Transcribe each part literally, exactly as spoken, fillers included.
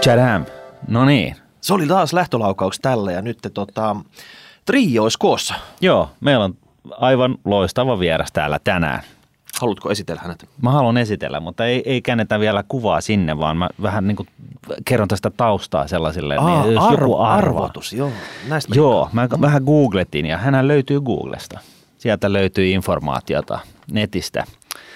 Tchadam. No niin. Se oli taas lähtölaukaus tälle ja nyt te, tota, trio olisi koossa. Joo, meillä on aivan loistava vieras täällä tänään. Haluatko esitellä hänet? Mä haluan esitellä, mutta ei, ei käännetä vielä kuvaa sinne, vaan mä vähän niin kuin kerron tästä taustaa sellaisille. Aa, niin, jos arvo, joku arvotus, joo. Näistä joo, mä mm. vähän googletin ja hänhän löytyy Googlesta. Sieltä löytyy informaatiota netistä.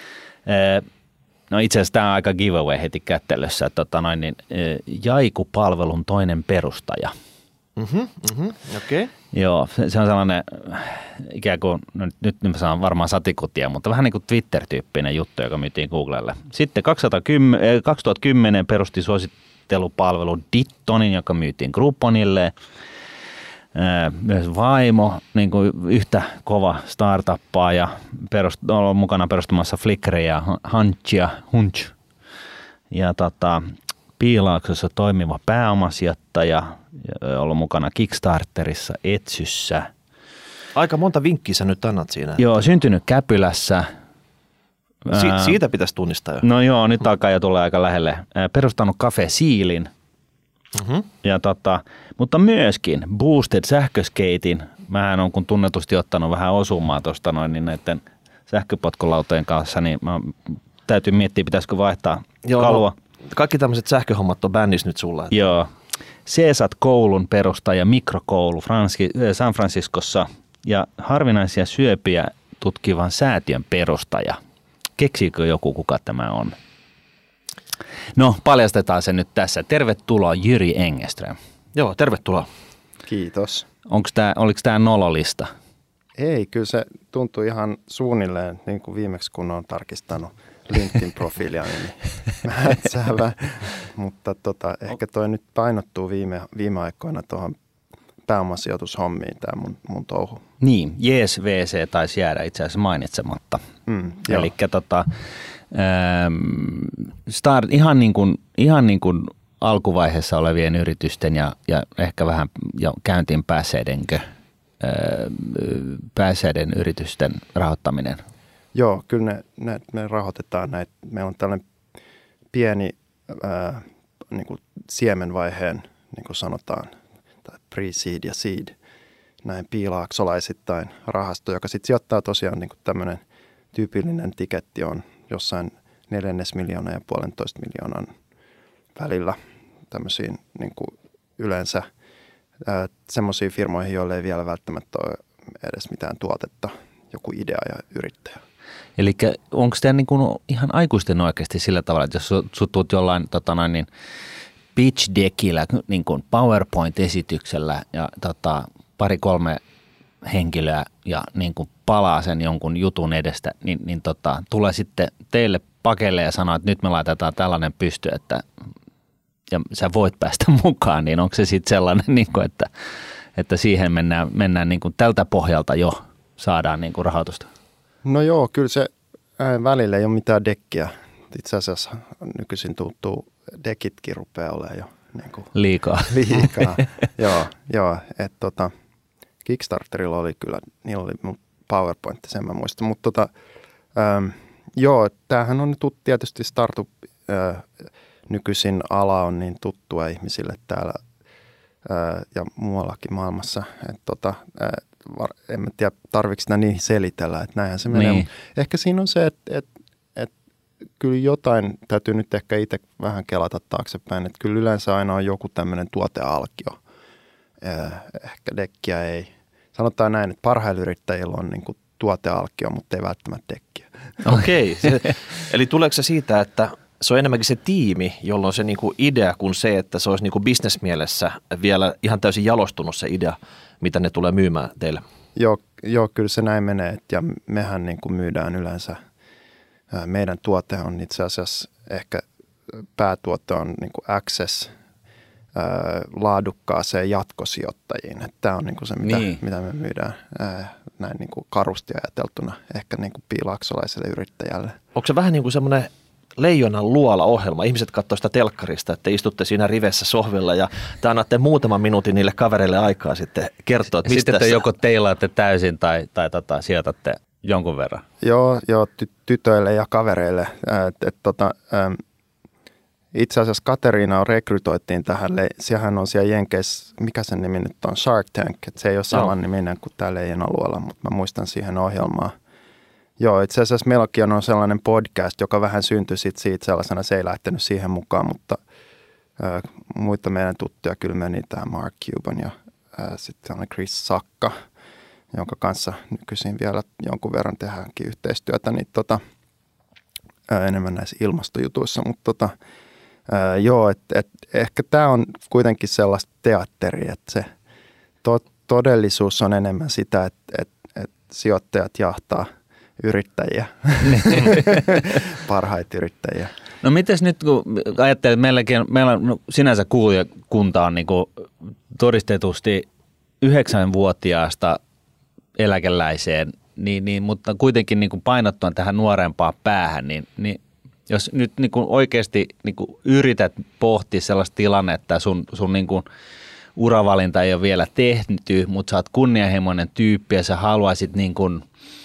No itse asiassa tämä on aika giveaway heti kättelyssä. Tota noin, niin, Jaiku-palvelun toinen perustaja. Mhm, mhm, okei. Okay. Joo, se on sellainen ikään kuin, no nyt, nyt mä saan varmaan satikutia, mutta vähän niin kuin Twitter-tyyppinen juttu, joka myytiin Googlelle. Sitten kaksituhattakymmenen perusti suosittelupalvelu Dittonin, joka myytiin Grouponille. Myös Vaimo, niin kuin yhtä kova startuppaa ja perust, on mukana perustamassa Flickeria, Hunchia, Hunch. Ja tota, Piilaaksossa toimiva pääomasijoittaja, ollut mukana Kickstarterissa, Etsyssä. Aika monta vinkkiä sä nyt annat siinä. Joo, syntynyt Käpylässä. Si- siitä pitäisi tunnistaa jo. No joo, nyt alkaa jo tulla aika lähelle. Perustanut Cafe Sealin. Mm-hmm. Ja tota, mutta myöskin Boosted sähköskeitin. Mähän on kun tunnetusti ottanut vähän osumaa tuosta noin niin näiden sähköpotkulautojen kanssa, niin mä täytyy miettiä, pitäisikö vaihtaa joo, kalua. No, kaikki tämmöiset sähköhommat on bännissä nyt sulla. Että. Joo. Cesat-koulun perustaja, mikrokoulu Franski, San Franciscossa ja harvinaisia syöpiä tutkivan säätiön perustaja. Keksiikö joku, kuka tämä on? No, paljastetaan se nyt tässä. Tervetuloa Jyri Engeström. Joo, tervetuloa. Kiitos. Onko tämä, oliko tämä nololista? Ei, kyllä se tuntuu ihan suunnilleen, niin kuin viimeksi kun olen tarkistanut LinkedIn-profiilia, niin mätsäävä. Mutta tota, ehkä toi nyt painottuu viime, viime aikoina tuohon pääomasijoitushommiin tämä mun, mun touhu. Niin, Jees V C taisi jäädä itse asiassa mainitsematta. Mm, Eli tota, start, ihan, niin kuin, ihan niin kuin alkuvaiheessa olevien yritysten ja, ja ehkä vähän jo käyntiin päässeiden, päässeiden yritysten rahoittaminen. Joo, kyllä ne, ne, me rahoitetaan näitä. Meillä on tällainen pieni ää, niin kuin siemenvaiheen, niin kuin sanotaan, tai pre-seed ja seed, näin piilaaksolaisittain rahasto, joka sitten sijoittaa tosiaan niin kuin tämmöinen tyypillinen tiketti on jossain neljännes miljoonaa ja puolentoista miljoonan välillä tämmöisiin niin kuin yleensä semmoisiin firmoihin, joille ei vielä välttämättä ole edes mitään tuotetta, joku idea ja yrittäjä. Eli onko tämä niin kuin ihan aikuisten oikeasti sillä tavalla, että jos sut tuut jollain tota noin, niin pitch deckillä, niin kuin PowerPoint-esityksellä ja tota, pari-kolme henkilöä ja niin kuin palaa sen jonkun jutun edestä, niin, niin tota, tulee sitten teille pakelle ja sanoo, että nyt me laitetaan tällainen pysty, että ja sä voit päästä mukaan, niin onko se sitten sellainen, niin kuin, että, että siihen mennään, mennään niin kuin tältä pohjalta jo saadaan niin kuin rahoitusta? No joo, kyllä se ää, välillä ei ole mitään dekkiä. Itse asiassa nykyisin tuntuu, dekitkin rupeaa olemaan jo niin kuin liikaa. liikaa. joo, joo että tota, Kickstarterilla oli kyllä, niillä oli mun PowerPoint, sen mä muistan. Mutta tota, ähm, joo, tämähän on tuttu tietysti startup, äh, nykyisin ala on niin tuttua ihmisille täällä äh, ja muuallakin maailmassa. Että tota, äh, en mä tiedä, tarvitsen sitä niin selitellä, että näinhän se menee. Niin. Ehkä siinä on se, että, että, että kyllä jotain täytyy nyt ehkä itse vähän kelata taaksepäin, että kyllä yleensä aina on joku tämmöinen tuotealkio. Ehkä dekkiä ei. Sanotaan näin, että parhailla yrittäjillä on niin kuin tuotealkio, mutta ei välttämättä dekkiä. Okei, se, eli tuleeko se siitä, että se on enemmänkin se tiimi, jolloin se niin kuin idea kuin se, että se olisi niin kuin bisnesmielessä vielä ihan täysin jalostunut se idea, mitä ne tulee myymään teille? Joo, joo kyllä se näin menee. Ja mehän niin kuin myydään yleensä, meidän tuote on itse asiassa ehkä päätuote on niin kuin access laadukkaaseen jatkosijoittajiin. Tämä on niin kuin se, mitä, niin. mitä me myydään näin niin kuin karusti ajateltuna ehkä niin kuin piilaaksolaiselle yrittäjälle. Onko se vähän niin kuin semmoinen leijonan luola-ohjelma? Ihmiset katsoo sitä telkkarista, että istutte siinä rivessä sohvilla ja te annatte muutaman minuutin niille kavereille aikaa sitten kertoa, että mistä sitten te tässä... joko teilaatte täysin tai, tai tota, sijoitatte jonkun verran. Joo, joo ty- tytöille ja kavereille. Et, et, tota, äm, itse asiassa Kateriina on rekrytoitiin tähän, sehän on siellä Jenkeissä, mikä sen nimi nyt on, Shark Tank, että se ei ole saman niminen kuin tämä Leijon alueella, mutta mä muistan siihen ohjelmaan. Joo, itse asiassa meilläkin on sellainen podcast, joka vähän syntyi sit siitä sellaisena, se ei lähtenyt siihen mukaan, mutta ää, muita meidän tuttuja kyllä meni tämä Mark Cuban ja sitten sellainen Chris Sakka, jonka kanssa nykyisin vielä jonkun verran tehdäänkin yhteistyötä, niin tota, ää, enemmän näissä ilmastojutuissa, mutta tota, ää, joo, että et, ehkä tämä on kuitenkin sellaista teatteria, että se to, todellisuus on enemmän sitä, että et, et sijoittajat jahtaa yrittäjiä, parhaita yrittäjiä. No mites nyt, kun ajattelet, että meilläkin, meillä on no, sinänsä kuulijakunta on niin kuin todistetusti yhdeksänvuotiaasta eläkeläiseen, niin, niin, mutta kuitenkin niin kuin painottuen tähän nuorempaan päähän, niin, niin jos nyt niin kuin oikeasti niin kuin yrität pohtia sellaista tilannetta, sun, sun niin kuin uravalinta ei ole vielä tehty, mutta sä oot kunnianhimoinen tyyppi ja sä haluaisit niin kuin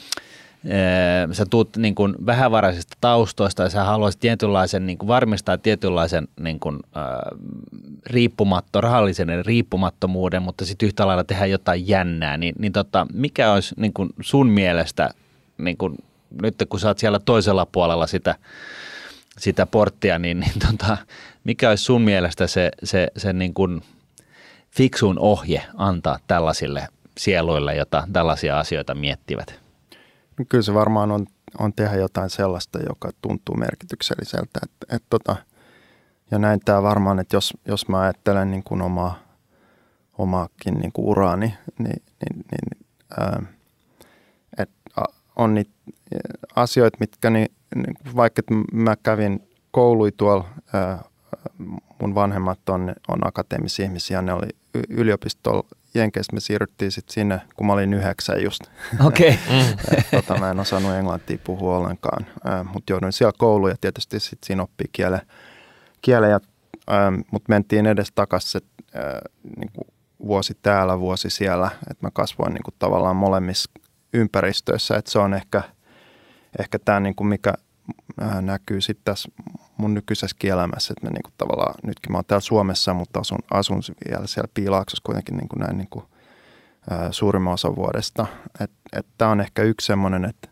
sä tuut niin kuin vähävaraisista taustoista ja sä haluaisit tietynlaisen, niin kuin varmistaa tietynlaisen niin kuin, äh, riippumatto, rahallisen riippumattomuuden, mutta sitten yhtä lailla tehdä jotain jännää, niin, niin tota, mikä olisi niin kuin sun mielestä, niin kuin, nyt kun sä oot siellä toisella puolella sitä, sitä porttia, niin, niin tota, mikä olisi sun mielestä se, se, se niin kuin fiksuun ohje antaa tällaisille sieluille, jota tällaisia asioita miettivät? Kyllä se varmaan on, on tehdä jotain sellaista, joka tuntuu merkitykselliseltä. Et, et tota, ja näin tämä varmaan, että jos, jos mä ajattelen niin kuin omaa, omaakin niin kuin uraani, niin, niin, niin ää, et on niitä asioita, mitkä niin, vaikka mä kävin koului tuolla, ää, mun vanhemmat on, on akateemisia ihmisiä, ne oli yliopistolla Jenkeissä, me siirryttiin sitten sinne, kun mä olin yhdeksän just. Okei. Okay. tota, mä en osannut englantia puhua ollenkaan, äh, mutta jouduin siellä kouluun ja tietysti sitten siinä oppii kielen. kielen äh, mutta mentiin edes takaisin äh, niinku vuosi täällä, vuosi siellä, että mä kasvoin niinku tavallaan molemmissa ympäristöissä, että se on ehkä, ehkä tämä, niinku, mikä äh, näkyy sitten tässä mun nykyisessä elämässä, että mä niinku tavallaan, nytkin mä oon täällä Suomessa, mutta asun, asun vielä siellä Piilaaksossa kuitenkin niinku näin niinku, ää, suurimman osan vuodesta. Että et tää on ehkä yksi semmoinen, että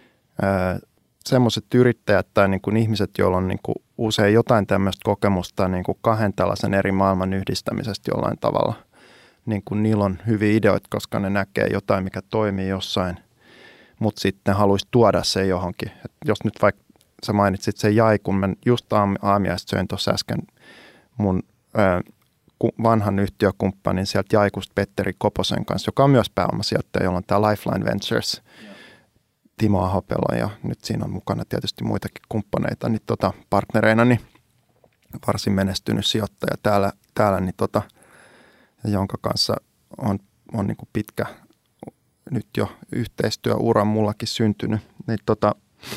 semmoiset yrittäjät tai niinku ihmiset, joilla on niinku usein jotain tämmöistä kokemusta niinku kahden tällaisen eri maailman yhdistämisestä jollain tavalla. Niinku niillä on hyviä ideoita, koska ne näkee jotain, mikä toimii jossain, mutta sitten ne haluaisi tuoda se johonkin. Et jos nyt vaikka sä mainitsit sen jäi, kun mä just aamiaista söin tuossa äsken mun ö, vanhan yhtiökumppanin sieltä Jaikusta Petteri Koposen kanssa, joka on myös pääomasijoittaja, jolla on tämä Lifeline Ventures, Timo Ahopelo, ja nyt siinä on mukana tietysti muitakin kumppaneita niin tota, partnereina, niin varsin menestynyt sijoittaja täällä, täällä niin tota, jonka kanssa on, on niin kuin pitkä nyt jo yhteistyöura mullakin syntynyt, niin tota,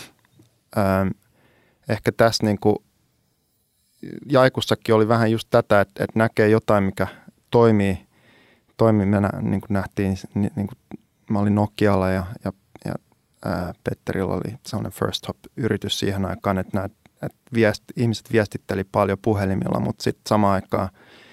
Ähm, ehkä tässä niin kuin Jaikussakin oli vähän just tätä, että, että näkee jotain, mikä toimii. toimii. Me nä, niin kuin nähtiin, niin, niin kuin mä olin Nokialla ja, ja, ja ää, Petterillä oli sellainen First Hop-yritys siihen aikaan, että, nämä, että viest, ihmiset viestitteli paljon puhelimilla, mutta sitten samaan aikaan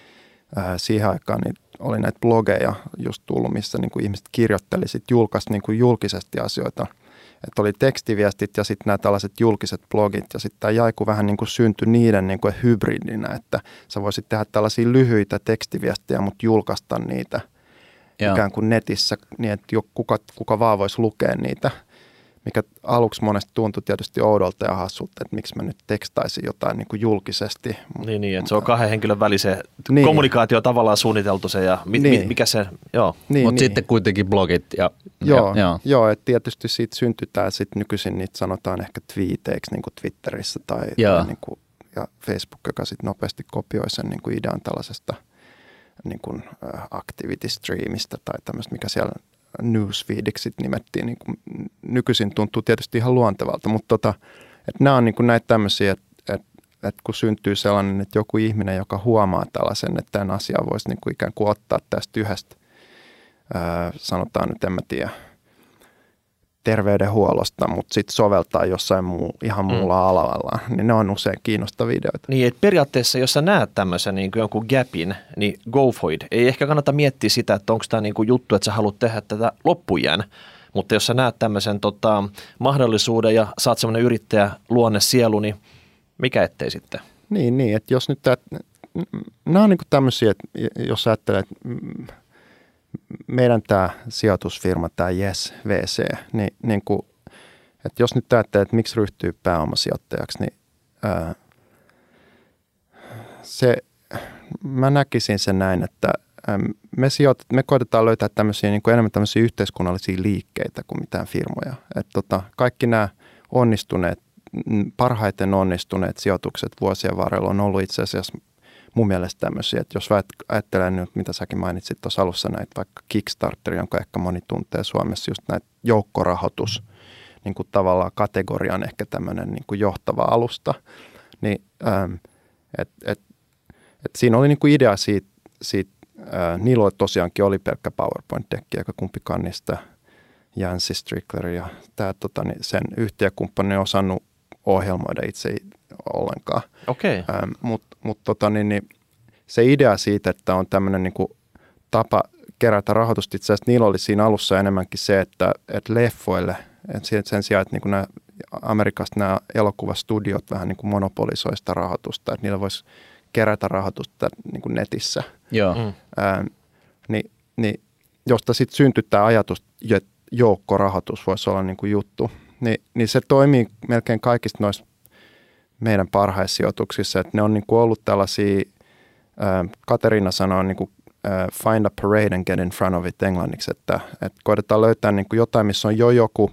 ää, siihen aikaan niin oli näitä blogeja just tullut, missä niin kuin ihmiset kirjoitteli, sitten julkaisi niin kuin julkisesti asioita. Että oli tekstiviestit ja sitten nämä tällaiset julkiset blogit ja sitten tämä Jaiku vähän niin kuin syntyi niiden niin kuin hybridinä, että sä voisit tehdä tällaisia lyhyitä tekstiviestejä, mutta julkaista niitä Joo. ikään kuin netissä niin, että kuka, kuka vaan voisi lukea niitä, mikä aluksi monesti tuntui tietysti oudolta ja hassulta, että miksi mä nyt tekstaisin jotain niin kuin julkisesti. Niin, niin, että se on kahden henkilön välisen niin. kommunikaatio tavallaan suunniteltu se ja mit, niin. mikä se, joo. Niin, mutta niin. sitten kuitenkin blogit. Ja, joo, ja, joo. joo, että tietysti siitä syntytään sitten nykyisin niitä sanotaan ehkä twiiteiksi niin kuin Twitterissä tai, tai niin kuin, ja Facebook, joka sitten nopeasti kopioi sen niin kuin idean tällaisesta niin kuin activity streamista tai tämmöistä, mikä siellä newsfeediksi nimettiin, niin kuin nykyisin tuntuu tietysti ihan luontevalta, mutta tota, että nämä on niin kuin näitä tämmöisiä, että, että, että kun syntyy sellainen, että joku ihminen, joka huomaa tällaisen, että tämän asian voisi niin kuin ikään kuin ottaa tästä yhdestä, ää, sanotaan nyt, en mä tiedä, terveydenhuollosta, mutta sitten soveltaa jossain muu, ihan muulla mm. alalla, niin ne on usein kiinnostavia videoita. Niin, että periaatteessa, jos sä näet tämmöisen niin kuin jonkun gapin, niin go for it. Ei ehkä kannata miettiä sitä, että onko tämä niin kuin juttu, että sä haluat tehdä tätä loppujään, mutta jos sä näet tämmöisen tota, mahdollisuuden ja saat semmoinen yrittäjä luonne sielu, niin mikä ettei sitten? Niin, niin että jos nyt, nämä on niin kuin tämmöisiä, että jos sä ajattelet, että meidän tämä sijoitusfirma, tämä Yes V C, niin, niin kuin, että jos nyt ajattelee, että miksi ryhtyy pääomasijoittajaksi, niin ää, se, mä näkisin sen näin, että ää, me, sijoit, me koitetaan löytää tämmöisiä, niin kuin enemmän tämmöisiä yhteiskunnallisia liikkeitä kuin mitään firmoja. Että tota, kaikki nämä onnistuneet, parhaiten onnistuneet sijoitukset vuosien varrella on ollut itse asiassa mun mielestä tämmöisiä, että jos ajattelen nyt, mitä säkin mainitsit tuossa alussa, näitä vaikka Kickstarter, jonka ehkä moni tuntee Suomessa, just näitä joukkorahoitus, niin kuin tavallaan kategorian ehkä tämmöinen niin kuin johtava alusta, niin ähm, et, et, et siinä oli niin kuin idea siitä, siitä äh, niillä tosiaankin oli pelkkä PowerPoint-dekki, joka kumpikaan niistä Jansi Strickler ja tämä, tota, niin sen yhtiökumppani ei osannut ohjelmoida itse ollenkaan. Okei. Okay. Ähm, Mutta mut, tota, niin, niin, se idea siitä, että on tämmöinen niin kuin tapa kerätä rahoitusta, itse asiassa niillä oli siinä alussa enemmänkin se, että, että leffoille, että sen sijaan, että niin kuin nämä Amerikasta nämä elokuvastudiot vähän niin kuin monopolisoi sitä rahoitusta, että niillä voisi kerätä rahoitusta niin kuin netissä. Joo. Mm. Ähm, niin, niin, josta sitten syntyi tämä ajatus, että joukkorahoitus voisi olla niin kuin juttu, niin, niin se toimii melkein kaikista noissa meidän parhaissa sijoituksissa, että ne on niin kuin ollut tällaisia, ää, Kateriina sanoo niin kuin, ää, find a parade and get in front of it englanniksi, että, että koitetaan löytää niin kuin jotain, missä on jo joku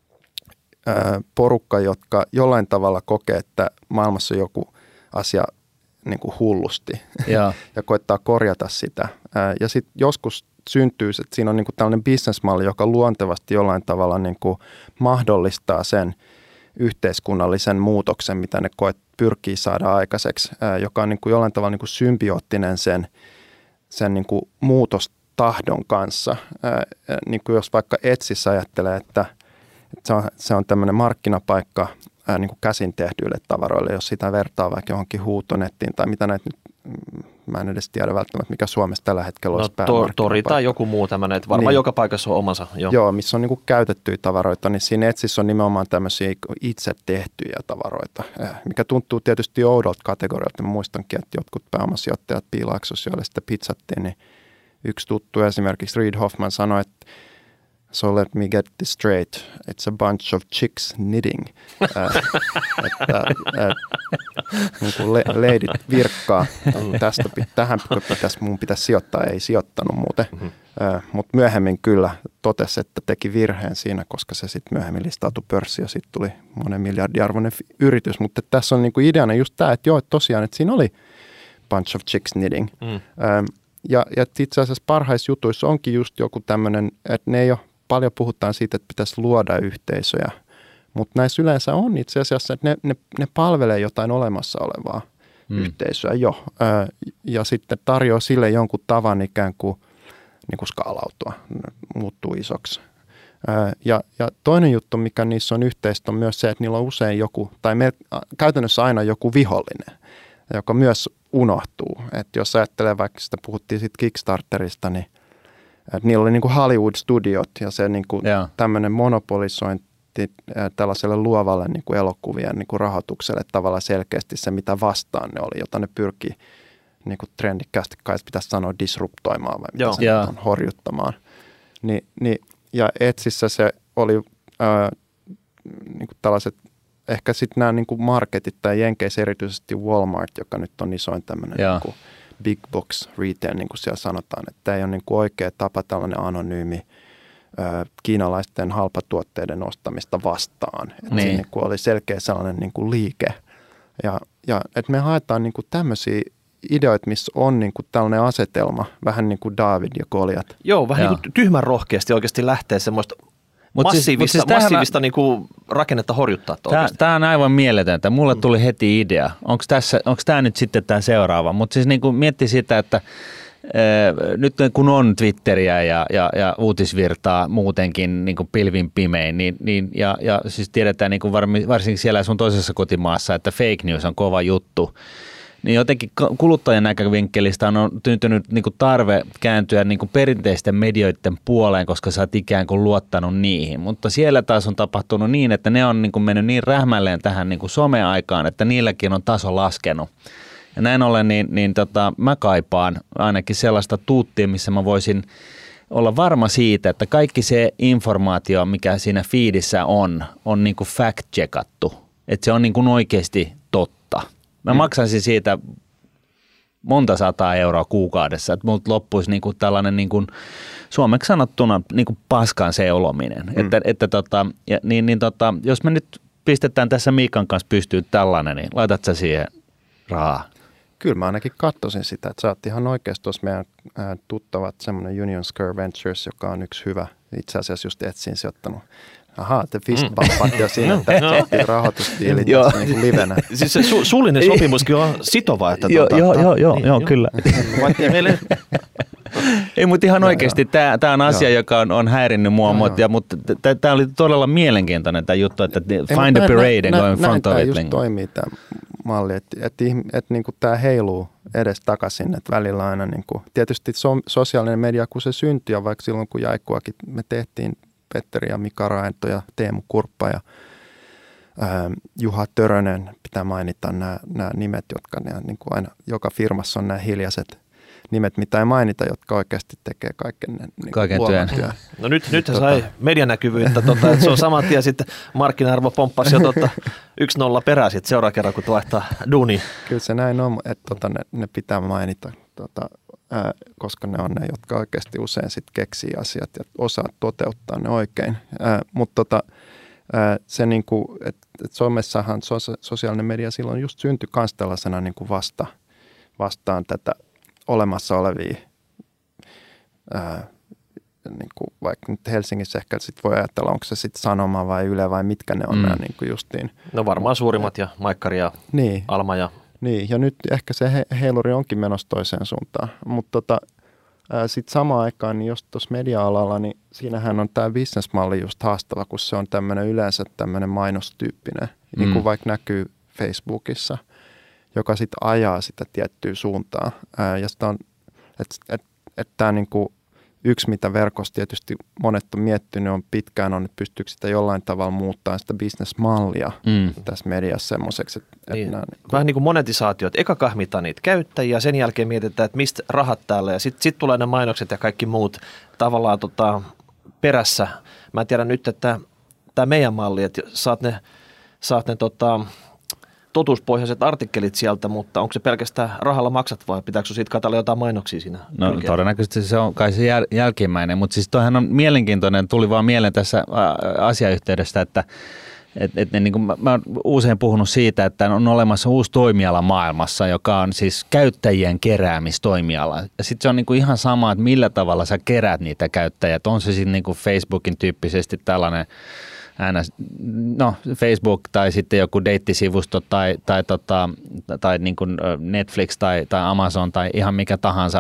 ää, porukka, jotka jollain tavalla kokee, että maailmassa on joku asia niin kuin hullusti ja. ja koittaa korjata sitä. Ää, ja sitten joskus syntyy, että siinä on niin kuin tällainen bisnesmalli, joka luontevasti jollain tavalla niin kuin mahdollistaa sen yhteiskunnallisen muutoksen, mitä ne koet pyrkii saada aikaiseksi, ää, joka on niin kuin jollain tavalla niin kuin symbioottinen sen, sen niin kuin muutostahdon kanssa. Ää, niin kuin jos vaikka Etsissä ajattelee, että, että se on, se on tämmöinen markkinapaikka ää, niin kuin käsin tehdyille tavaroille, jos sitä vertaa vaikka johonkin huutonettiin tai mitä näitä nyt, mä en edes tiedä välttämättä, mikä Suomessa tällä hetkellä olisi no, päämarkkinapaikka. Tori tai joku muu tämmöinen, että varmaan niin. Joka paikassa on omansa. Jo. Joo, missä on niin kuin käytettyjä tavaroita, niin siinä Etsissä on nimenomaan tämmöisiä itse tehtyjä tavaroita, mikä tuntuu tietysti oudolta kategorialta. Mä muistankin, että jotkut pääomasijoittajat Piilaaksossa, joille sitä pizzattiin, niin yksi tuttu esimerkiksi Reid Hoffman sanoi, että so let me get this straight, it's a bunch of chicks knitting. äh, että äh, niin kuin le- leidit virkkaa. Tästä, tähän pitäisi, mun pitäisi sijoittaa, ei sijoittanut muuten. Mm-hmm. Äh, mutta myöhemmin kyllä totesi, että teki virheen siinä, koska se sitten myöhemmin listautui pörssiin ja sitten tuli monen miljardin arvoinen yritys. Mutta tässä on niinku ideana just tämä, että joo, että tosiaan, että siinä oli bunch of chicks knitting. Mm. Äh, ja, ja itse asiassa parhaissa jutuissa onkin just joku tämmöinen, että ne ei ole, paljon puhutaan siitä, että pitäisi luoda yhteisöjä, mutta näissä yleensä on itse asiassa, että ne, ne, ne palvelee jotain olemassa olevaa mm. yhteisöä jo ää, ja sitten tarjoaa sille jonkun tavan ikään kuin, niin kuin skaalautua, muuttuu isoksi. Ää, ja, ja toinen juttu, mikä niissä on yhteistä, on myös se, että niillä on usein joku, tai me, käytännössä aina joku vihollinen, joka myös unohtuu. Että jos ajattelee, vaikka sitä puhuttiin siitä Kickstarterista, niin että niillä oli niin kuin Hollywood-studiot ja se niin kuin tämmöinen monopolisointi tällaiselle luovalle niin kuin elokuvien niin kuin rahoitukselle tavallaan selkeästi se, mitä vastaan ne oli, jota ne pyrkii niin kuin trendikkäästi kai pitäisi sanoa disruptoimaan vai mitä se on, horjuttamaan. Ni, ni, ja Etsissä se oli ää, niin kuin tällaiset, ehkä sitten nämä niin kuin marketit tai Jenkeissä erityisesti Walmart, joka nyt on isoin tämmöinen niin kuin big box retail, niin kuin siellä sanotaan, että tämä ei ole niin kuin oikea tapa tällainen anonyymi ö, kiinalaisten halpatuotteiden ostamista vastaan. Että niin. Siinä niin kuin oli selkeä sellainen niin kuin liike. Ja, ja että me haetaan niin kuin tämmöisiä ideoita, missä on niin kuin tällainen asetelma, vähän niin kuin David ja Goliat. Joo, vähän Joo. niin kuin tyhmän rohkeasti oikeasti lähtee semmoista Mut massiivista, siis, siis massiivista niin kuin rakennetta horjuttaa. Tämä on aivan mieletöntä. Mulle tuli heti idea. Onko tämä nyt sitten tämä seuraava? Mutta siis niin kuin mietti sitä, että nyt kun on Twitteriä ja, ja, ja uutisvirtaa muutenkin niin kuin pilvin pimein, niin, niin, ja, ja siis tiedetään niin kuin varsinkin siellä sun toisessa kotimaassa, että fake news on kova juttu, niin jotenkin kuluttajan näkövinkkelistä on syntynyt niin kuin tarve kääntyä niin kuin perinteisten medioiden puoleen, koska sä oot ikään kuin luottanut niihin. Mutta siellä taas on tapahtunut niin, että ne on niin kuin mennyt niin rähmälleen tähän niin kuin someaikaan, että niilläkin on taso laskenut. Ja näin ollen niin, niin tota, mä kaipaan ainakin sellaista tuuttia, missä mä voisin olla varma siitä, että kaikki se informaatio, mikä siinä feedissä on, on niin kuin fact-checkattu. Että se on niin kuin oikeasti totta. Mä mm. maksaisin siitä monta sataa euroa kuukaudessa, että multa loppuisi niin kuin tällainen niin kuin, suomeksi sanottuna niin kuin paskan seulominen. Mm. Että, että tota, ja, niin, niin tota, jos me nyt pistetään tässä Miikan kanssa pystyyn tällainen, niin laitat sä siihen rahaa? Kyllä mä ainakin katsoisin sitä, että sä oot ihan oikeasti tuossa meidän ää, tuttavat semmoinen Union Square Ventures, joka on yksi hyvä, itse asiassa just etsin sijoittanut. Ahaa, te fistbumpat jo siinä, että tehtiin rahoitustiili tässä niin kuin livenä. Siis se su- suullinen sopimuskin on sitova. Että joo, tuota, joo, ta- joo, joo, niin, joo, kyllä. meille... Ei, mutta ihan oikeasti tämä on asia, joo. joka on, on häirinnyt mua, joo, mutta, mutta tämä oli todella mielenkiintoinen tämä juttu, että find a parade and go in front of it. Näin tämä just toimii tämä malli, että, että, että niin kuin tämä heiluu edes takaisin, että välillä aina niin kuin, tietysti so, sosiaalinen media, kun se syntyi, ja vaikka silloin kun Jaikkuakin me tehtiin, Petteri ja Mika Raento ja Teemu Kurppa ja ää, Juha Törönen, pitää mainita nämä, nämä nimet, jotka ne, niin kuin aina joka firmassa on nämä hiljaiset nimet, mitä ei mainita, jotka oikeasti tekee kaiken, niin kaiken työn. työn. No nyt, nyt tota, sai medianäkyvyyttä, tota, että se on saman tien sitten markkina-arvo pomppasi jo tota, yksi nolla perään sitten seuraava kerran, kun vaihtaa duunia. Kyllä se näin on, että tota, ne, ne pitää mainita, tota, ää, koska ne on ne, jotka oikeasti usein sitten keksii asiat ja osaa toteuttaa ne oikein. Mutta tota, se, niinku, että et somessahan sos, sosiaalinen media silloin just syntyi myös tällaisena niinku vasta, vastaan tätä olemassa olevia, ää, niin kuin vaikka nyt Helsingissä ehkä sit voi ajatella, onko se sitten Sanoma vai Yle vai mitkä ne on mm. nämä niin kuin justiin. No varmaan suurimmat ja Maikkari ja niin. Alma. Ja... Niin, ja nyt ehkä se he, heiluri onkin menossa toiseen suuntaan, mutta tota, sitten samaan aikaan, niin just tuossa media-alalla, niin siinähän on tämä bisnesmalli just haastava, kun se on tämmöinen yleensä tämmöinen mainostyyppinen, mm. niin kuin vaikka näkyy Facebookissa, joka sitten ajaa sitä tiettyä suuntaa. Ää, ja sitä on, että et, et tämä niinku yksi, mitä verkossa tietysti monet on miettinyt, on pitkään on, että pystyykö sitä jollain tavalla muuttaa sitä bisnesmallia mm. tässä mediassa semmoiseksi. Että, niin. että niinku... Vähän niin kuin monetisaatio, että eka kahmitaan niitä käyttäjiä, sen jälkeen mietitään, että mistä rahat täällä, ja sitten sit tulee ne mainokset ja kaikki muut tavallaan tota, perässä. Mä tiedän nyt, että tämä meidän malli, että saat ne, saat ne tota, totuuspohjaiset artikkelit sieltä, mutta onko se pelkästään rahalla maksat vai pitääkö siitä katsella jotain mainoksia siinä? No kylkeen? Todennäköisesti se on kai se jäl- jälkimmäinen, mutta siis toihan on mielenkiintoinen, tuli vaan mieleen tässä asiayhteydestä, että et, et, niin kuin mä, mä oon usein puhunut siitä, että on olemassa uusi toimiala maailmassa, joka on siis käyttäjien keräämistoimiala. Ja sitten se on niin kuin ihan sama, että millä tavalla sä keräät niitä käyttäjiä. On se sitten niin kuin Facebookin tyyppisesti tällainen no Facebook tai sitten joku deittisivusto tai, tai, tota, tai niin kuin Netflix tai, tai Amazon tai ihan mikä tahansa,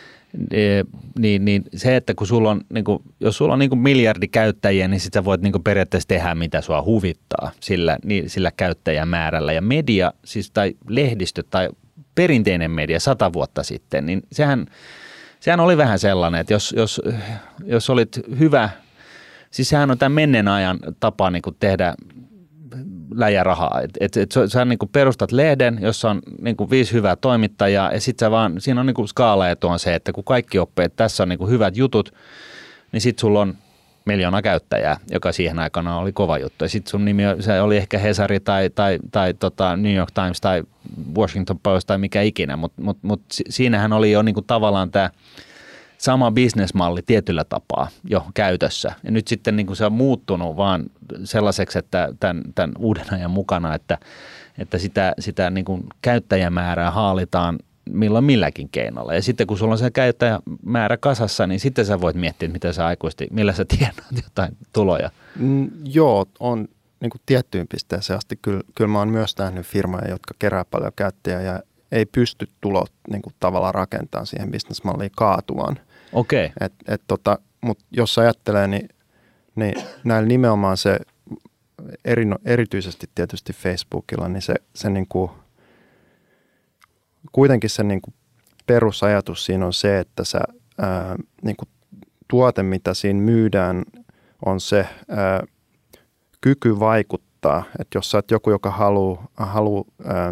niin, niin se, että kun sulla on, niin kuin, jos sulla on niin kuin miljardi käyttäjiä, niin sitten sä voit niin kuin periaatteessa tehdä, mitä sua huvittaa sillä, niin, sillä käyttäjämäärällä. Ja media, siis tai lehdistö tai perinteinen media sata vuotta sitten, niin sehän, sehän oli vähän sellainen, että jos, jos, jos olit hyvä. Siis sehän on tämän menneen ajan tapa niin kuin tehdä läjärahaa. Et, et, et sä niin kuin perustat lehden, jossa on niin kuin viisi hyvää toimittajaa ja sitten vaan, siinä on niin kuin skaalaetu on se, että kun kaikki oppii, että tässä on niin kuin hyvät jutut, niin sitten sulla on miljoona käyttäjää, joka siihen aikana oli kova juttu. Ja sitten sun nimi se oli ehkä Hesari tai, tai, tai tota New York Times tai Washington Post tai mikä ikinä, mutta mut, mut siinähän oli jo niin kuin tavallaan tämä sama bisnesmalli tietyllä tapaa jo käytössä. Ja nyt sitten niin kuin se on muuttunut vaan sellaiseksi, että tämän, tämän uuden ajan mukana, että, että sitä, sitä niin kuin käyttäjämäärää haalitaan milloin milläkin keinolla. Ja sitten kun sulla on se käyttäjämäärä kasassa, niin sitten sä voit miettiä, mitä sä aikuisesti, millä sä tienaat jotain tuloja. Mm, joo, on niin kuin tiettyyn pisteeseen asti. Kyllä, kyllä mä oon myös nähnyt firmoja, jotka kerää paljon käyttäjiä ja ei pysty tulot niin kuin tavallaan rakentamaan siihen bisnesmalliin kaatuvaan. Okei. Et, et tota, mutta jos ajattelee, niin, niin näillä nimenomaan se, eri, erityisesti tietysti Facebookilla, niin se, se niin kuin, kuitenkin se niin kuin perusajatus siinä on se, että sä, ää, niin kuin tuote, mitä siinä myydään, on se ää, kyky vaikuttaa. Että jos sä oot joku, joka haluaa haluu,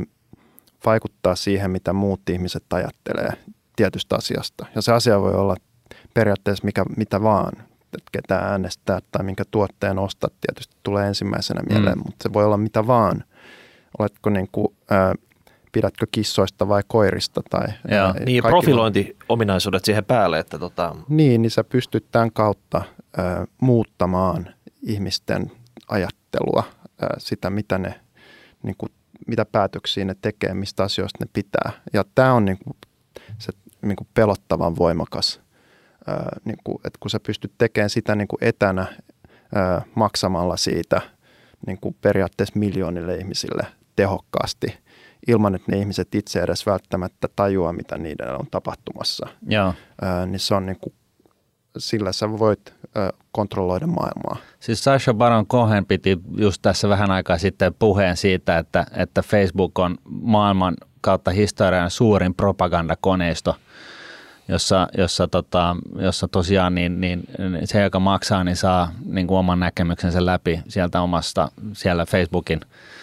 vaikuttaa siihen, mitä muut ihmiset ajattelee tietystä asiasta. Ja se asia voi olla periaatteessa mikä, mitä vaan, että ketä äänestää tai minkä tuotteen ostat, tietysti tulee ensimmäisenä mieleen, mm. mutta se voi olla mitä vaan. Oletko niin kuin, ää, pidätkö kissoista vai koirista? Tai, ää, niin, profilointiominaisuudet siihen päälle. Että tota... Niin, niin sä pystyt tämän kautta ää, muuttamaan ihmisten ajattelua, ää, sitä mitä ne, niin kuin, mitä päätöksiä ne tekee, mistä asioista ne pitää. Ja tämä on niin kuin, se niin kuin pelottavan voimakas, ää, niin kuin, että kun sä pystyt tekemään sitä niin kuin etänä ää, maksamalla siitä niin kuin periaatteessa miljoonille ihmisille tehokkaasti, ilman että ne ihmiset itse edes välttämättä tajua, mitä niiden on tapahtumassa. Joo. Ää, niin se on niin kuin, sillä sä voit ää, kontrolloida maailmaa. Siis Sacha Baron Cohen piti just tässä vähän aikaa sitten puheen siitä, että, että Facebook on maailman kautta historian suurin propagandakoneisto, jossa, jossa, tota, jossa tosiaan niin, niin se, joka maksaa, niin saa niin kuin oman näkemyksensä läpi sieltä omasta siellä Facebookin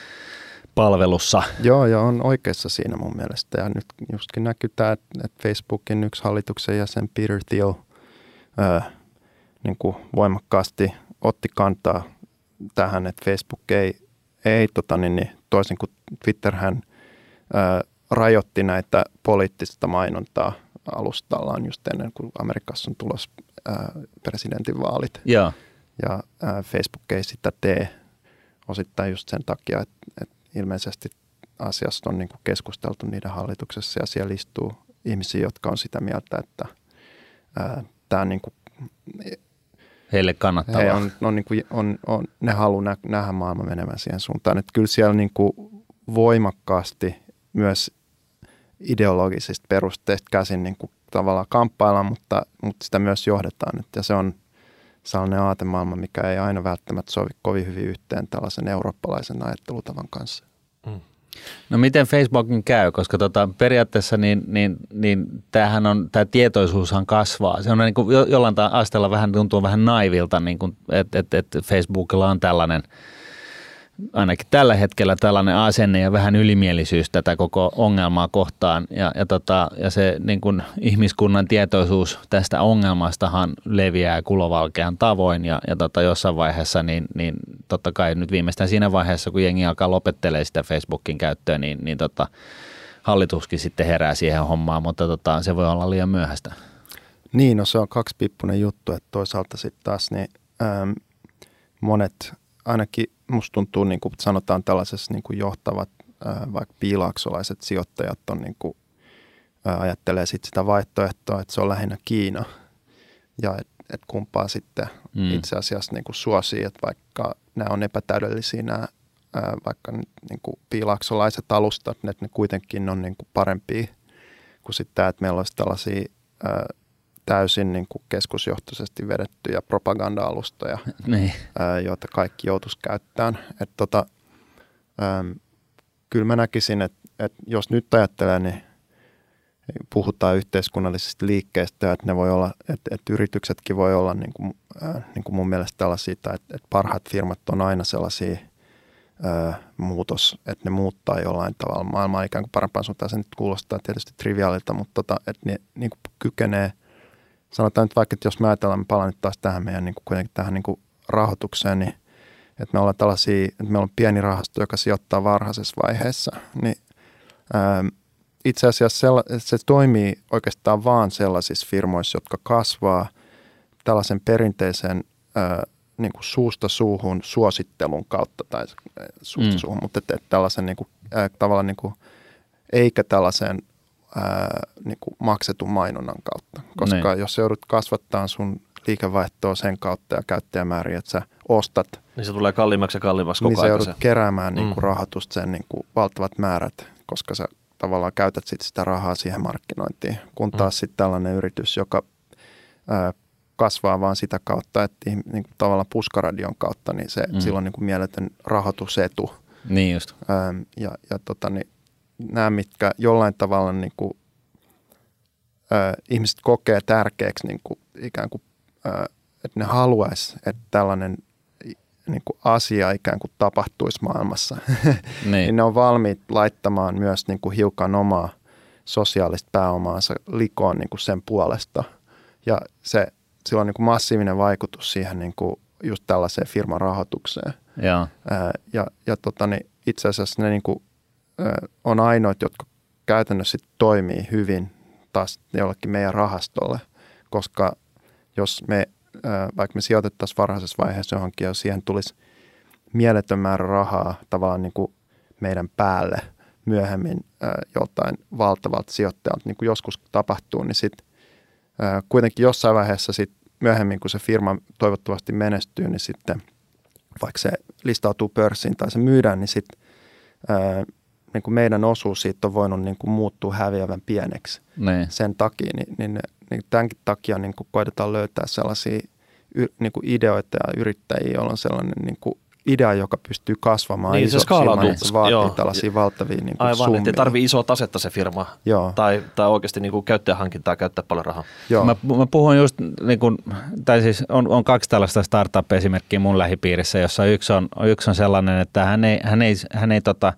palvelussa. Joo, ja on oikeassa siinä mun mielestä. Ja nyt justkin näkyy tämä, että Facebookin yksi hallituksen jäsen Peter Thiel ää, niin kuin voimakkaasti otti kantaa tähän, että Facebook ei, ei tota, niin, niin, toisin kuin Twitterhän ää, rajoitti näitä poliittista mainontaa alustallaan just ennen kuin Amerikassa on tulos ää, presidentinvaalit. Joo. Ja ää, Facebook ei sitä tee osittain just sen takia, että, että ilmeisesti asiasta on niin kuin keskusteltu niiden hallituksessa ja siellä istuu ihmisiä, jotka on sitä mieltä, että ää, tämä niin kuin, heille kannattavaa. He on, on, niin kuin, on, on, ne haluaa nä, nähdä maailman menemään siihen suuntaan. Että kyllä siellä niin kuin voimakkaasti myös ideologisista perusteista käsin niin kuin tavallaan kamppaillaan, mutta, mutta sitä myös johdetaan. Että se on sellainen aatemaailma, mikä ei aina välttämättä sovi kovin hyvin yhteen tällaisen eurooppalaisen ajattelutavan kanssa. Mm. No miten Facebookin käy, koska tota, periaatteessa niin, niin, niin tämähän on, tämä tietoisuushan kasvaa. Se on niin kuin jollain asteella vähän tuntuu vähän naivilta, niin kuin, että, että, että Facebookilla on tällainen, ainakin tällä hetkellä tällainen asenne ja vähän ylimielisyys tätä koko ongelmaa kohtaan. Ja, ja, tota, ja se niin kuin ihmiskunnan tietoisuus tästä ongelmastahan leviää kulovalkean tavoin. Ja, ja tota, jossain vaiheessa, niin, niin totta kai nyt viimeistään siinä vaiheessa, kun jengi alkaa lopettelee sitä Facebookin käyttöä, niin, niin tota, hallituskin sitten herää siihen hommaan, mutta tota, se voi olla liian myöhäistä. Niin, no se on kaksipippunen juttu, että toisaalta sitten taas niin, ähm, monet ainakin musta tuntuu, niin kuin sanotaan tällaisessa niin kuin johtavat, ää, vaikka piilaaksolaiset sijoittajat on, niin kuin, ää, ajattelee sit sitä vaihtoehtoa, että se on lähinnä Kiina ja että et kumpaa sitten mm. itse asiassa niin kuin suosii, että vaikka nämä on epätäydellisiä nämä ää, vaikka niin kuin piilaaksolaiset alustat, että ne kuitenkin on niin kuin parempia kuin sitten tämä, että meillä olisi tällaisia ää, täysin niin kuin keskusjohtoisesti vedettyjä propaganda-alustoja, niin. ää, joita kaikki joutuisi käyttämään. Et tota, äm, kyllä mä näkisin, että et jos nyt ajattelee, niin puhutaan yhteiskunnallisista liikkeistä, että ne voi olla, että et yrityksetkin voi olla niin kuin, ää, niin kuin mun mielestä tällaisia, että et parhaat firmat on aina sellaisia ää, muutos, että ne muuttaa jollain tavalla maailmaa ikään kuin parempaan suuntaan. Se nyt kuulostaa tietysti triviaalilta, mutta tota, että ne niin kuin kykenee. Sanotaan nyt vaikka, että jos me ajatellaan, me palaan nyt taas tähän meidän niin kuin kuitenkin tähän niin kuin rahoitukseen, niin että me ollaan tällaisia, että meillä on pieni rahasto, joka sijoittaa varhaisessa vaiheessa, niin ää, itse asiassa sella, se toimii oikeastaan vaan sellaisissa firmoissa, jotka kasvaa tällaisen perinteisen ää, niin kuin suusta suuhun suosittelun kautta, tai suusta mm. suuhun, mutta että, että tällaisen niin kuin, ää, tavallaan niin kuin, eikä tällaisen Ää, niin kuin maksetun mainonnan kautta, koska niin. Jos sä joudut kasvattaa sun liikevaihtoa sen kautta ja käyttäjämääriä, että sä ostat, niin se tulee kalliimmaksi ja kalliimmaksi koko niin ajan. Niin sä joudut keräämään niin kuin mm. rahoitusta sen niin kuin valtavat määrät, koska sä tavallaan käytät sit sitä rahaa siihen markkinointiin, kun taas mm. sitten tällainen yritys, joka ää, kasvaa vaan sitä kautta, että niin kuin tavallaan puskaradion kautta, niin se mm. silloin niin kuin mieletön rahoitusetu. Niin just. Ää, ja ja tota, niin, nämä, mitkä jollain tavalla niin kuin, ää, ihmiset kokee tärkeäksi niin kuin, ikään kuin, ää, että ne haluaisi, että tällainen niin kuin asia ikään kuin tapahtuisi maailmassa, niin. niin ne on valmiit laittamaan myös niin kuin hiukan omaa sosiaalista pääomaansa likoon niin kuin sen puolesta. Ja se, sillä on niin kuin massiivinen vaikutus siihen niin kuin just tällaiseen firman rahoitukseen. Ja, Ää, ja, ja tota, niin itse asiassa ne niin kuin, ää, on ainoat, jotka käytännössä toimii hyvin taas jollekin meidän rahastolle, koska jos me vaikka me sijoitettaisiin varhaisessa vaiheessa johonkin ja siihen tulisi mieletön määrä rahaa tavallaan niin kuin meidän päälle myöhemmin joltain valtavalta sijoittajalta, niin kuin joskus tapahtuu, niin sitten kuitenkin jossain vaiheessa sit myöhemmin, kun se firma toivottavasti menestyy, niin sitten vaikka se listautuu pörssiin tai se myydään, niin sitten niin kuin meidän osuus siitä on voinut niin kuin muuttua häviävän pieneksi niin. sen takia, niin, niin, niin tämänkin takia niin kuin koitetaan löytää sellaisia niin kuin ideoita ja yrittäjiä, joilla on sellainen niin kuin idea, joka pystyy kasvamaan niin, isoksi ilman, että se vaatii Joo. tällaisia valtavia niin kuin Aivan, summia. ettei tarvitse isoa tasetta se firma Joo. tai, tai oikeasti niin kuin käyttäjähankintaa käyttää paljon rahaa. Joo. Mä, mä puhun just, niin kuin, tai siis on, on kaksi tällaista startup-esimerkkiä mun lähipiirissä, jossa yksi on, yksi on sellainen, että hän ei, hän ei, hän ei, tota,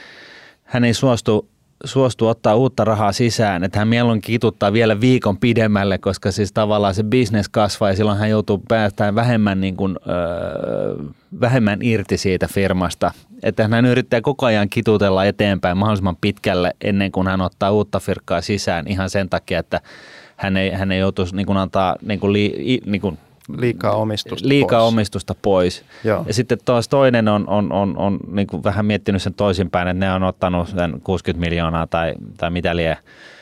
hän ei suostu suostuu ottaa uutta rahaa sisään, että hän mieluummin kituttaa vielä viikon pidemmälle, koska siis tavallaan se business kasvaa ja silloin hän joutuu päästään vähemmän, niin kuin, öö, vähemmän irti siitä firmasta. Että hän yrittää koko ajan kitutella eteenpäin mahdollisimman pitkälle ennen kuin hän ottaa uutta firkkaa sisään ihan sen takia, että hän ei, hän ei joutuisi niin kuin antaa niin kuin li, niin kuin liikaa omistusta liikaa pois. omistusta pois. Joo. Ja sitten taas toinen on, on, on, on niin kuin vähän miettinyt sen toisinpäin, että ne on ottanut sen kuusikymmentä miljoonaa tai, tai mitä lie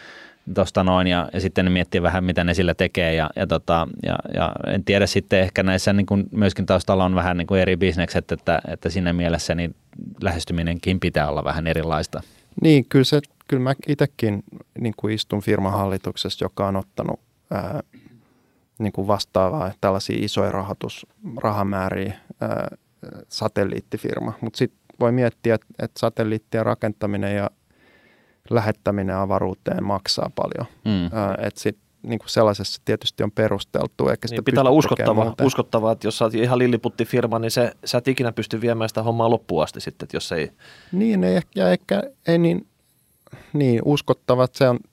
tuosta noin ja, ja sitten ne miettii vähän, mitä ne sillä tekee ja, ja, tota, ja, ja en tiedä sitten ehkä näissä niin kuin myöskin taustalla on vähän niin kuin eri bisnekset, että, että siinä mielessä niin lähestyminenkin pitää olla vähän erilaista. Niin, kyllä, se, kyllä mä itsekin niin kuin istun firman hallituksessa, joka on ottanut ää, niin kuin vastaavaa tällaisia isoja rahoitus, rahamääriä ää, satelliittifirma. Mutta sitten voi miettiä, että, että satelliittien rakentaminen ja lähettäminen avaruuteen maksaa paljon. Mm. Että sitten niin kuin sellaisessa tietysti on perusteltu. Eikä sitä niin pitää olla uskottava, uskottava, että jos sä oot ihan lilliputtifirma, niin se, sä et ikinä pysty viemään sitä hommaa loppuun asti sitten, että jos ei... Niin, ei, ja ehkä ei niin, niin uskottava, että se on,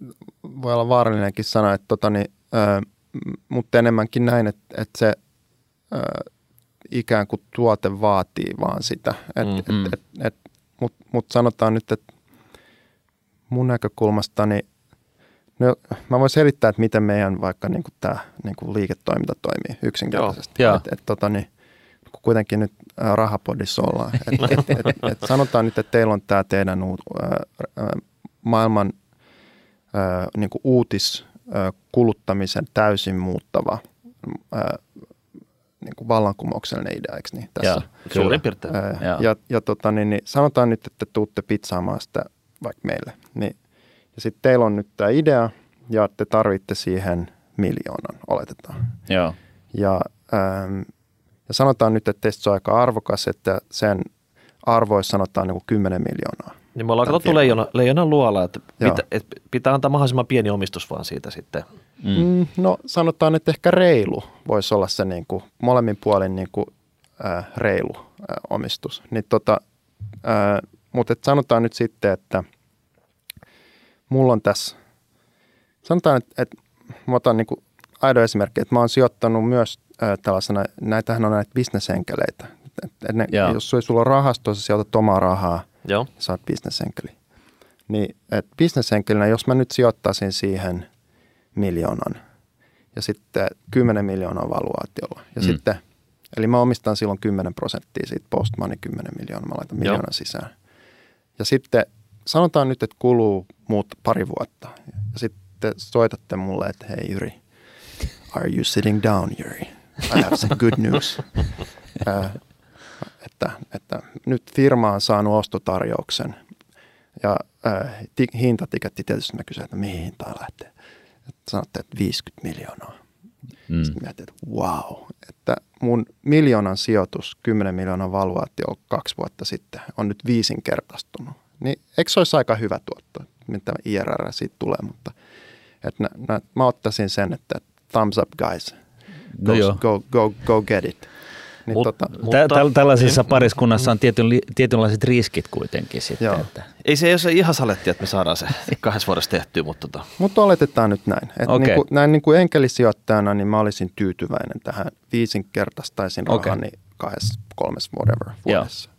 voi olla vaarallinenkin sana, että tota niin, ää, mutta enemmänkin näin, että, että se ää, ikään kuin tuote vaatii vaan sitä. Mm-hmm. Et, et, et, mutta mut sanotaan nyt, että mun näkökulmasta, niin no, mä voin selittää, että miten meidän vaikka niin tämä niin liiketoiminta toimii yksinkertaisesti. Joo, et, et, tota, niin, kun kuitenkin nyt ää, rahapodissa ollaan. Et, et, et, et, sanotaan nyt, että teillä on tämä teidän uu, ää, ää, maailman ää, niin uutiskuluttamisen täysin muuttava ää, niin kuin vallankumouksellinen idea, eikö niin? Tässä. Suurin piirtein. Ja, ja, ja tota, niin, niin, sanotaan nyt, että tuutte pizzaamaan sitä vaikka meille. Niin, ja sitten teillä on nyt tämä idea ja te tarvitte siihen miljoonan, oletetaan. Joo. Ja, ähm, ja sanotaan nyt, että teistä se on aika arvokas, että sen arvoissa sanotaan niin kuin kymmenen miljoonaa. Niin me ollaan katsottu leijona, leijonan luola, että pitä, et pitää antaa mahdollisimman pieni omistus vaan siitä sitten. Mm. No sanotaan, että ehkä reilu voisi olla se niin kuin, molemmin puolin niin kuin, äh, reilu äh, omistus. Niin tota, äh, mutta sanotaan nyt sitten, että mulla on tässä, sanotaan, että, että mä otan niin kuin aidon esimerkki, että mä oon sijoittanut myös äh, tällaisena, näitähän on näitä bisnesenkeleitä. Et ne, jos sulla on rahasto, sä sijoitat omaa rahaa, Joo. sä oot bisnesenkeli. Niin, että bisnesenkelinä, jos mä nyt sijoittaisin siihen miljoonan ja sitten kymmenen miljoonaa valuaatiolla ja mm. sitten, eli mä omistan silloin kymmenen prosenttia siitä post-money kymmenen miljoonaa, mä laitan miljoonan Joo. sisään. Ja sitten sanotaan nyt, että kuluu muut pari vuotta ja sitten soitatte mulle, että hei Jyri, are you sitting down Jyri? I have some good news. äh, että, että nyt firma on saanut ostotarjouksen Ja äh, ti, hintatiketti tietysti mä kysyin, että mihin hintaan lähtee. Sanotte, että viisikymmentä miljoonaa. Mm. Sitten mietin, että wow, että mun miljoonan sijoitus, kymmenen miljoonan valuaatio kaksi vuotta sitten on nyt viisinkertaistunut. Niin eikö se olisi aika hyvä tuotto, mitä I R R siitä tulee, mutta että nä, nä, mä ottaisin sen, että thumbs up guys, go, no go, go, go get it. Niin Mut, tota, mutta, tällaisessa niin, pariskunnassa on tietyn, tietynlaiset riskit kuitenkin sitten. Että. Ei se ole ihan saletti, että me saadaan se kahdessa vuodessa tehtyä, mutta... Tota. Mutta oletetaan nyt näin. Että okay. niin kuin, näin niin kuin enkelisijoittajana niin mä olisin tyytyväinen tähän viisinkertaistaisin okay. rahani kahdessa, kolmessa whatever vuodessa.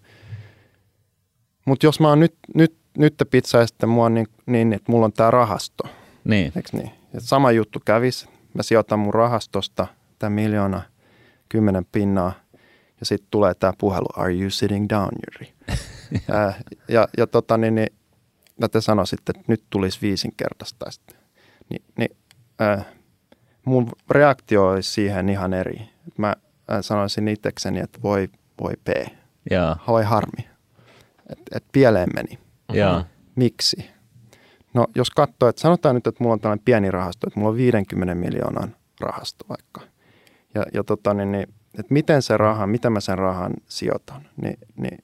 Mutta jos mä oon nyt, nyt, nyt pizzaa sitten mua niin, niin, että mulla on tää rahasto. Niin. Eikö niin? Ja sama juttu kävisi. Mä sijoitan mun rahastosta tämän miljoona, kymmenen pinnaa. Ja sitten tulee tämä puhelu, are you sitting down, Jyri? Ää, ja ja tota, niin, niin, te sanoisitte, että nyt tulisi viisinkertaista. Ni, niin, ää, mun reaktio olisi siihen ihan eri. Mä ää, sanoisin itsekseni, että voi, voi p. Ja. Voi harmi. Että et pieleen meni. Ja. Miksi? No jos katsoo, että sanotaan nyt, että mulla on tällainen pieni rahasto, että mulla on viidenkymmenen miljoonan rahasto vaikka. Ja, ja tota, niin, niin että miten se raha, miten mä sen rahan sijoitan, niin, niin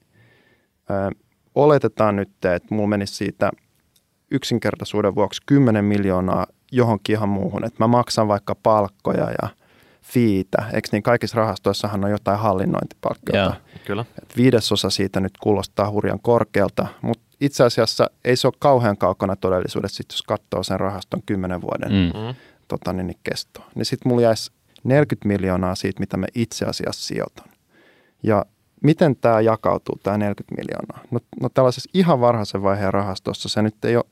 ö, oletetaan nyt, että mulla menisi siitä yksinkertaisuuden vuoksi kymmenen miljoonaa johonkin ihan muuhun, että mä maksan vaikka palkkoja ja fiitä, eikö niin kaikissa rahastoissahan on jotain hallinnointipalkkioita. Kyllä. Et viidesosa siitä nyt kuulostaa hurjan korkealta, mutta itse asiassa ei se ole kauhean kaukana todellisuudessa, sit jos katsoo sen rahaston kymmenen vuoden mm. tota, niin, niin kestoa. Niin sitten mulla jäisi neljäkymmentä miljoonaa siitä, mitä mä itse asiassa sijoitan. Ja miten tämä jakautuu, tämä neljäkymmentä miljoonaa? No, no tällaisessa ihan varhaisen vaiheen rahastossa se nyt ei ole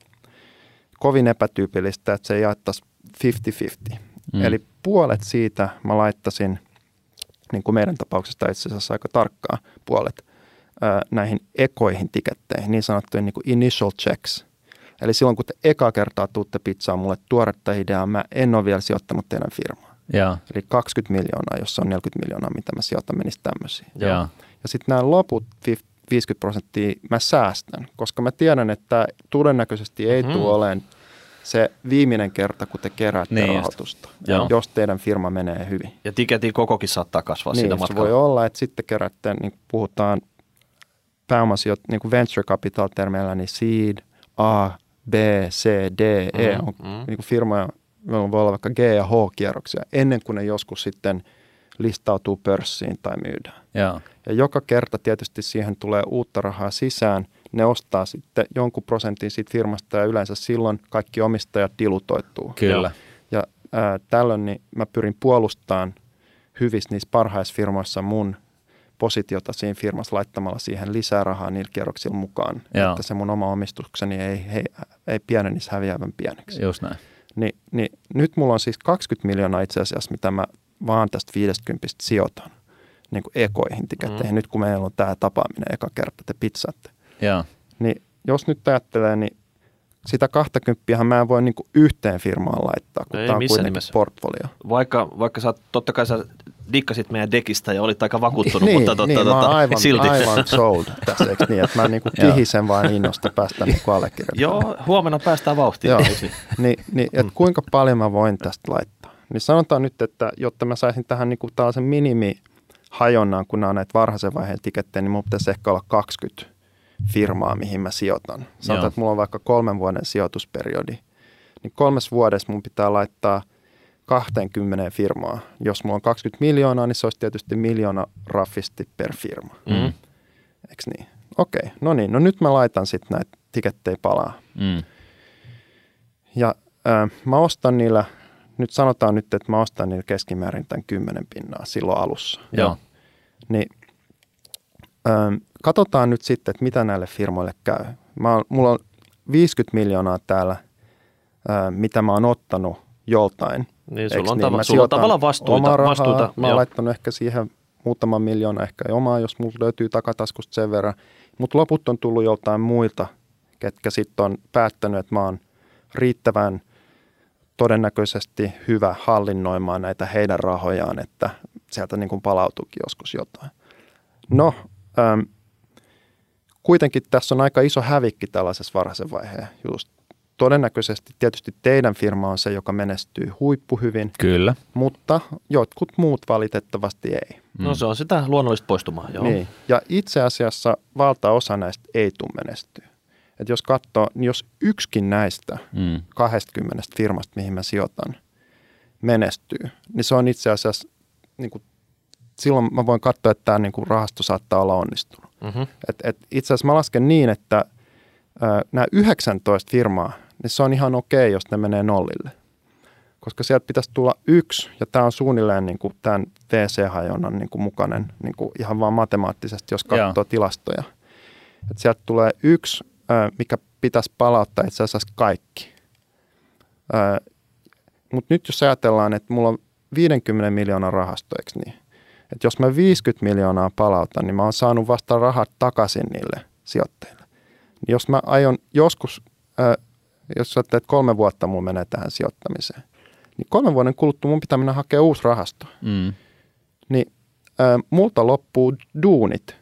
kovin epätyypillistä, että se jaettaisi viisikymmentä viisikymmentä. Mm. Eli puolet siitä mä laittasin, niin kuin meidän tapauksesta itse asiassa aika tarkkaa, puolet ää, näihin ekoihin tiketteihin, niin sanottuihin niin kuin initial checks. Eli silloin, kun te eka kertaa tuutte pizzaa mulle tuoretta ideaa, mä en ole vielä sijoittanut teidän firmaan. Ja. Eli kaksikymmentä miljoonaa, jossa on neljäkymmentä miljoonaa, mitä mä sijoitan, menisi tämmöisiin. Ja, ja sitten nämä loput viisikymmentä prosenttia mä säästän, koska mä tiedän, että todennäköisesti ei mm-hmm. tule olemaan se viimeinen kerta, kun te keräätte niin rahoitusta, just. Jos teidän firma menee hyvin. Ja tiketin kokokin saattaa kasvaa niin, siinä matkalla. Voi olla, että sitten keräätte, niin puhutaan pääomasijoit, niin kuin venture capital termeillä, niin seed, A, B, C, D, E mm-hmm. on mm-hmm. niin kuin firmoja, meillä voi olla vaikka G- ja H-kierroksia, ennen kuin ne joskus sitten listautuu pörssiin tai myydään. Ja, ja joka kerta tietysti siihen tulee uutta rahaa sisään. Ne ostaa sitten jonkun prosentin siitä firmasta ja yleensä silloin kaikki omistajat dilutoituu. Kyllä. Ja ää, tällöin niin mä pyrin puolustamaan hyvissä niissä parhaissa firmoissa mun positiota siinä firmassa laittamalla siihen lisää rahaa niillä kierroksilla mukaan. Ja. Että se mun oma omistukseni ei, ei, ei pienenisi häviävän pieneksi. Just näin. Ni, niin nyt mulla on siis kaksikymmentä miljoonaa itse asiassa, mitä mä vaan tästä viisikymmentä sijoitan niin kuin ekoihin tiketteihin. Mm. Nyt kun meillä on tämä tapaaminen eka kerta, te pizzaatte. Ja. Niin jos nyt ajattelee, niin sitä kaksikymmentä mä en voi niin kuin yhteen firmaan laittaa, kun tämä on kuitenkin nimessä portfolio. Vaikka, vaikka sä, totta kai sä dikkasit meidän dekistä ja olit aika vakuuttunut, niin, mutta totta, niin, totta, mä oon aivan, silti. aivan sold tässä, eikö niin, että mä niin kuin kihisen vaan innosta päästä niin kuin allekirjoittamaan. Joo, huomenna päästään vauhtiin. Joo, niin, niin että kuinka paljon mä voin tästä laittaa. Niin sanotaan nyt, että jotta mä saisin tähän niin kuin tällaisen minimihajonnan, kun nämä on näitä varhaisen vaiheen tikettejä, niin mun pitäisi ehkä olla kaksikymmentä firmaa, mihin mä sijoitan. Sanotaan, Joo. että mulla on vaikka kolmen vuoden sijoitusperiodi. Niin kolmes vuodessa mun pitää laittaa kaksikymmentä firmaa. Jos mulla on kaksikymmentä miljoonaa, niin se olisi tietysti miljoona raffisti per firma. Mm. Eikö niin? Okei, no niin. No nyt mä laitan sitten näitä tikettejä palaa. Mm. Ja äh, mä ostan niillä, nyt sanotaan nyt, että mä ostan niillä keskimäärin tämän kymmenen pinnaa silloin alussa. Joo. Niin ähm, katsotaan nyt sitten, että mitä näille firmoille käy. Mä oon, mulla on viisikymmentä miljoonaa täällä, ää, mitä mä oon ottanut joltain. Niin, sulla on, niin? tava- sulla on tavallaan vastuuta. Rahaa, vastuuta mä oon laittanut ehkä siihen muutaman miljoona ehkä omaa, jos mulla löytyy takataskusta sen verran. Mutta loput on tullut joltain muilta, ketkä sitten on päättänyt, että mä oon riittävän todennäköisesti hyvä hallinnoimaan näitä heidän rahojaan, että sieltä niin kuin palautuukin joskus jotain. No, ähm, kuitenkin tässä on aika iso hävikki tällaisessa varhaisen vaiheen just. Todennäköisesti tietysti teidän firma on se, joka menestyy huippuhyvin. Kyllä. Mutta jotkut muut valitettavasti ei. Mm. No se on sitä luonnollista poistumaa, joo. Niin. Ja itse asiassa valtaosa näistä ei tule menestyä. Et jos katsoo, niin jos yksikin näistä mm. kaksikymmentä firmasta, mihin mä sijoitan, menestyy, niin se on itse asiassa, niin kuin, silloin mä voin katsoa, että tämä niin kuin rahasto saattaa olla onnistunut. Mm-hmm. Et, et itse asiassa mä lasken niin, että ä, nämä yhdeksäntoista firmaa, niin se on ihan okei, jos ne menee nollille. Koska sieltä pitäisi tulla yksi, ja tämä on suunnilleen niin kuin tämän V C-hajonnan niin kuin mukainen, niin kuin ihan vaan matemaattisesti, jos katsoo Jaa. tilastoja. Et sieltä tulee yksi, mikä pitäisi palauttaa itse asiassa kaikki. Mutta nyt jos ajatellaan, että mulla on viisikymmentä miljoonaa rahasto, eikö niin? Että jos mä viisikymmentä miljoonaa palautan, niin mä oon saanut vasta rahat takaisin niille sijoittajille. Niin jos mä aion joskus, ää, jos sä että kolme vuotta mulla menee tähän sijoittamiseen, niin kolmen vuoden kuluttua mun pitää mennä hakemaan uusi rahasto. Mm. Niin ää, multa loppuu duunit,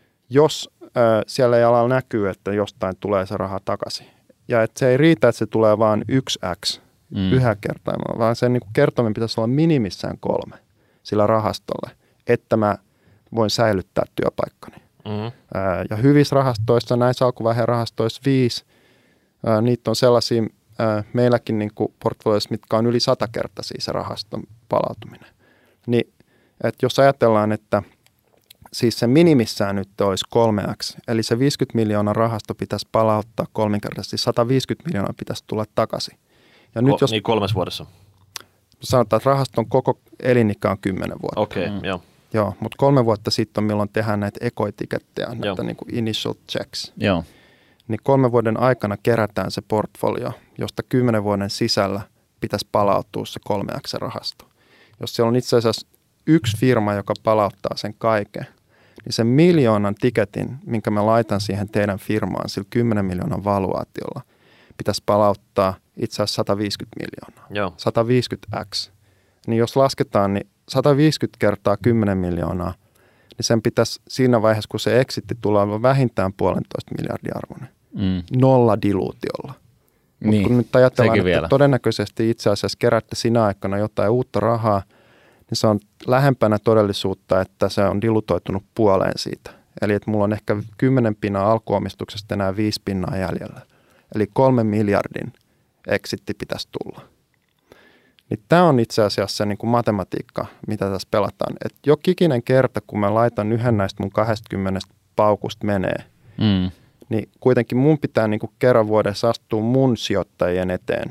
jos ää, siellä ei alalla näkyy, että jostain tulee se raha takaisin. Ja että se ei riitä, että se tulee vaan yksi X mm. yhä kertaimaa, vaan sen niin kuin kertoimen pitäisi olla minimissään kolme sillä rahastolla, että mä voin säilyttää työpaikkani. Mm. Ää, ja hyvissä rahastoissa, näissä alkuvaiheen rahastoissa viisi, ää, niitä on sellaisia ää, meilläkin niin kuin portfolioissa, mitkä on yli satakertaisia se rahaston palautuminen. Niin, että jos ajatellaan, että siis se minimissään nyt olisi kolme X, eli se viisikymmentä miljoonaa rahasto pitäisi palauttaa kolminkertaisesti, sata viisikymmentä miljoonaa pitäisi tulla takaisin. Ja nyt jos, niin kolmes vuodessa? Sanotaan, että rahaston koko elinikä on kymmenen vuotta. Okei, okay, mm. joo. Joo, mutta kolme vuotta sitten on, milloin tehdään näitä ekoetikettejä, näitä niin kuin initial checks. Joo. Niin kolmen vuoden aikana kerätään se portfolio, josta kymmenen vuoden sisällä pitäisi palautua se kolme X-rahasto. Jos siellä on itse asiassa yksi firma, joka palauttaa sen kaiken, niin sen miljoonan tiketin, minkä mä laitan siihen teidän firmaan, sillä kymmenen miljoonan valuaatiolla, pitäisi palauttaa itse asiassa sata viisikymmentä miljoonaa. Joo. sata viisikymmentä X. Niin jos lasketaan, niin sata viisikymmentä kertaa kymmenen miljoonaa, niin sen pitäisi siinä vaiheessa, kun se exitti tulee vähintään puolentoista miljardin arvoinen. Mm. Nolla diluutiolla. Niin, mutta kun nyt ajatellaan, että vielä. Todennäköisesti itse asiassa kerätte sinä aikana jotain uutta rahaa, niin se on lähempänä todellisuutta, että se on dilutoitunut puoleen siitä. Eli että mulla on ehkä kymmenen pinnaa alkuomistuksesta enää viisi pinnaa jäljellä. Eli kolmen miljardin exitti pitäisi tulla. Niin tämä on itse asiassa se niin kuin matematiikka, mitä tässä pelataan. Että jokikinen kerta, kun mä laitan yhden näistä mun kaksikymmentä paukusta menee, mm. niin kuitenkin mun pitää niin kuin kerran vuodessa astua mun sijoittajien eteen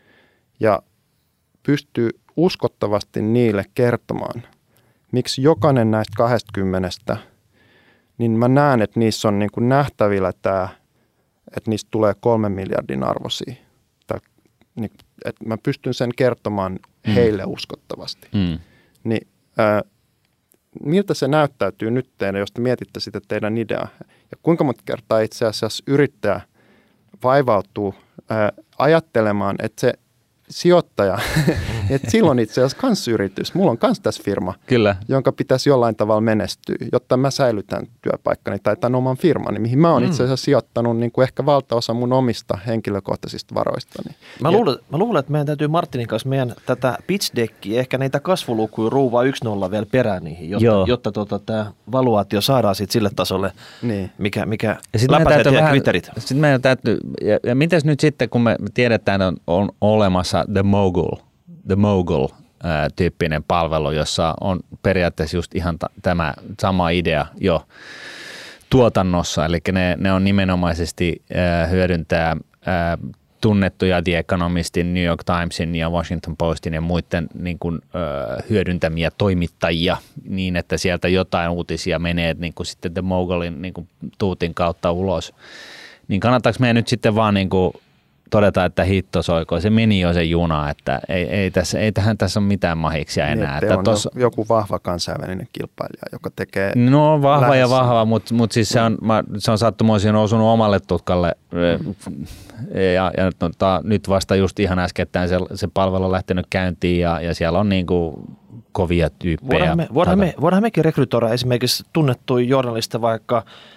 ja pystyy uskottavasti niille kertomaan, miksi jokainen näistä kaksikymmentä, niin mä näen, että niissä on niin kuin nähtävillä tämä, että niistä tulee kolmen miljardin arvoisia. Tai, niin, että mä pystyn sen kertomaan mm. heille uskottavasti. Mm. Niin, äh, miltä se näyttäytyy nyt teille, jos te mietitte sitä teidän ideaa? Ja kuinka monta kertaa itse asiassa yrittäjä vaivautuu äh, ajattelemaan, että se sijoittaja, että silloin itse asiassa kans yritys. Mulla on kans tässä firma, Kyllä. jonka pitäisi jollain tavalla menestyä, jotta mä säilytän työpaikkani tai tämän oman firmani, mihin mä oon mm. itse asiassa sijoittanut niin kuin ehkä valtaosa mun omista henkilökohtaisista varoistani. Mä luulen, mä luulen, että meidän täytyy Martinin kanssa meidän tätä pitch deckia, ehkä näitä kasvulukuja ruuvaa yksi nolla vielä perään niihin, jotta, jotta tota, tämä valuaatio saadaan siitä sille tasolle, niin. mikä, mikä läpäisee teidän kriteerit. Sitten meidän täytyy, ja, ja mitäs nyt sitten, kun me tiedetään, on, on olemassa The Mogul, The Mogul-tyyppinen palvelu, jossa on periaatteessa just ihan t- tämä sama idea jo tuotannossa. Eli ne, ne on nimenomaisesti äh, hyödyntää äh, tunnettuja The Economistin, New York Timesin ja Washington Postin ja muiden niin kuin, äh, hyödyntämiä toimittajia niin, että sieltä jotain uutisia menee niin kuin sitten The Mogulin niin kuin tuutin kautta ulos. Niin kannattaako meidän nyt sitten vaan niin kuin todeta, että hitto soikoi. Se meni jo se juna, että ei, ei, tässä, ei tähän tässä ole mitään mahiksia enää. Niin, että on tossa, joku vahva kansainvälinen kilpailija, joka tekee No vahva lähes. ja vahva, mutta, mutta siis se on, se on sattumoisin osunut omalle tutkalle. Mm. Ja, ja no, nyt vasta just ihan äskettäin se, se palvelu on lähtenyt käyntiin ja, ja siellä on niin kuin kovia tyyppejä. Voidaan, me, voidaan, me, voidaan mekin rekrytoida esimerkiksi tunnettuja journalista vaikka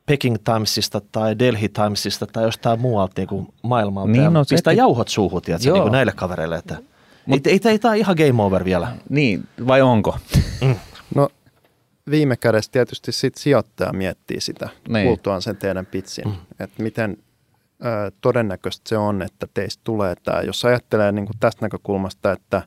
Peking Timesista tai Delhi Timesista tai jostain muualta niin kuin maailmalta niin, ja no, pistää se, jauhot suuhut niin kuin näille kavereille, että Mut, ei, ei, ei tämä ihan game over vielä. Niin, vai onko? Mm. No viime kädessä tietysti sit sijoittaja miettii sitä, niin. kuultuaan sen teidän pitsin, mm. että miten ö, todennäköistä se on, että teistä tulee tämä. Jos ajattelee niin kuin tästä näkökulmasta, että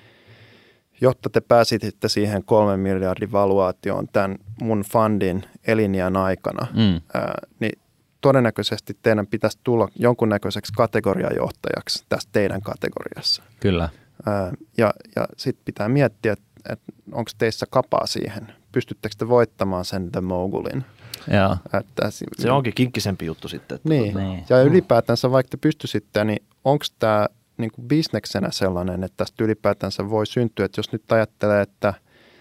jotta te pääsititte siihen kolmen miljardin valuaatioon tämän mun fundin eliniän aikana, mm. ää, niin todennäköisesti teidän pitäisi tulla jonkunnäköiseksi kategoriajohtajaksi tässä teidän kategoriassa. Kyllä. Ää, ja ja sitten pitää miettiä, että et onko teissä kapaa siihen. Pystyttekö te voittamaan sen The Mogulin? Joo. Että, se onkin kinkkisempi juttu sitten. Että niin. niin. Ja ylipäätänsä vaikka te pystyisitte, niin onko tämä niin kuin bisneksenä sellainen, että tästä ylipäätänsä voi syntyä, että jos nyt ajattelee, että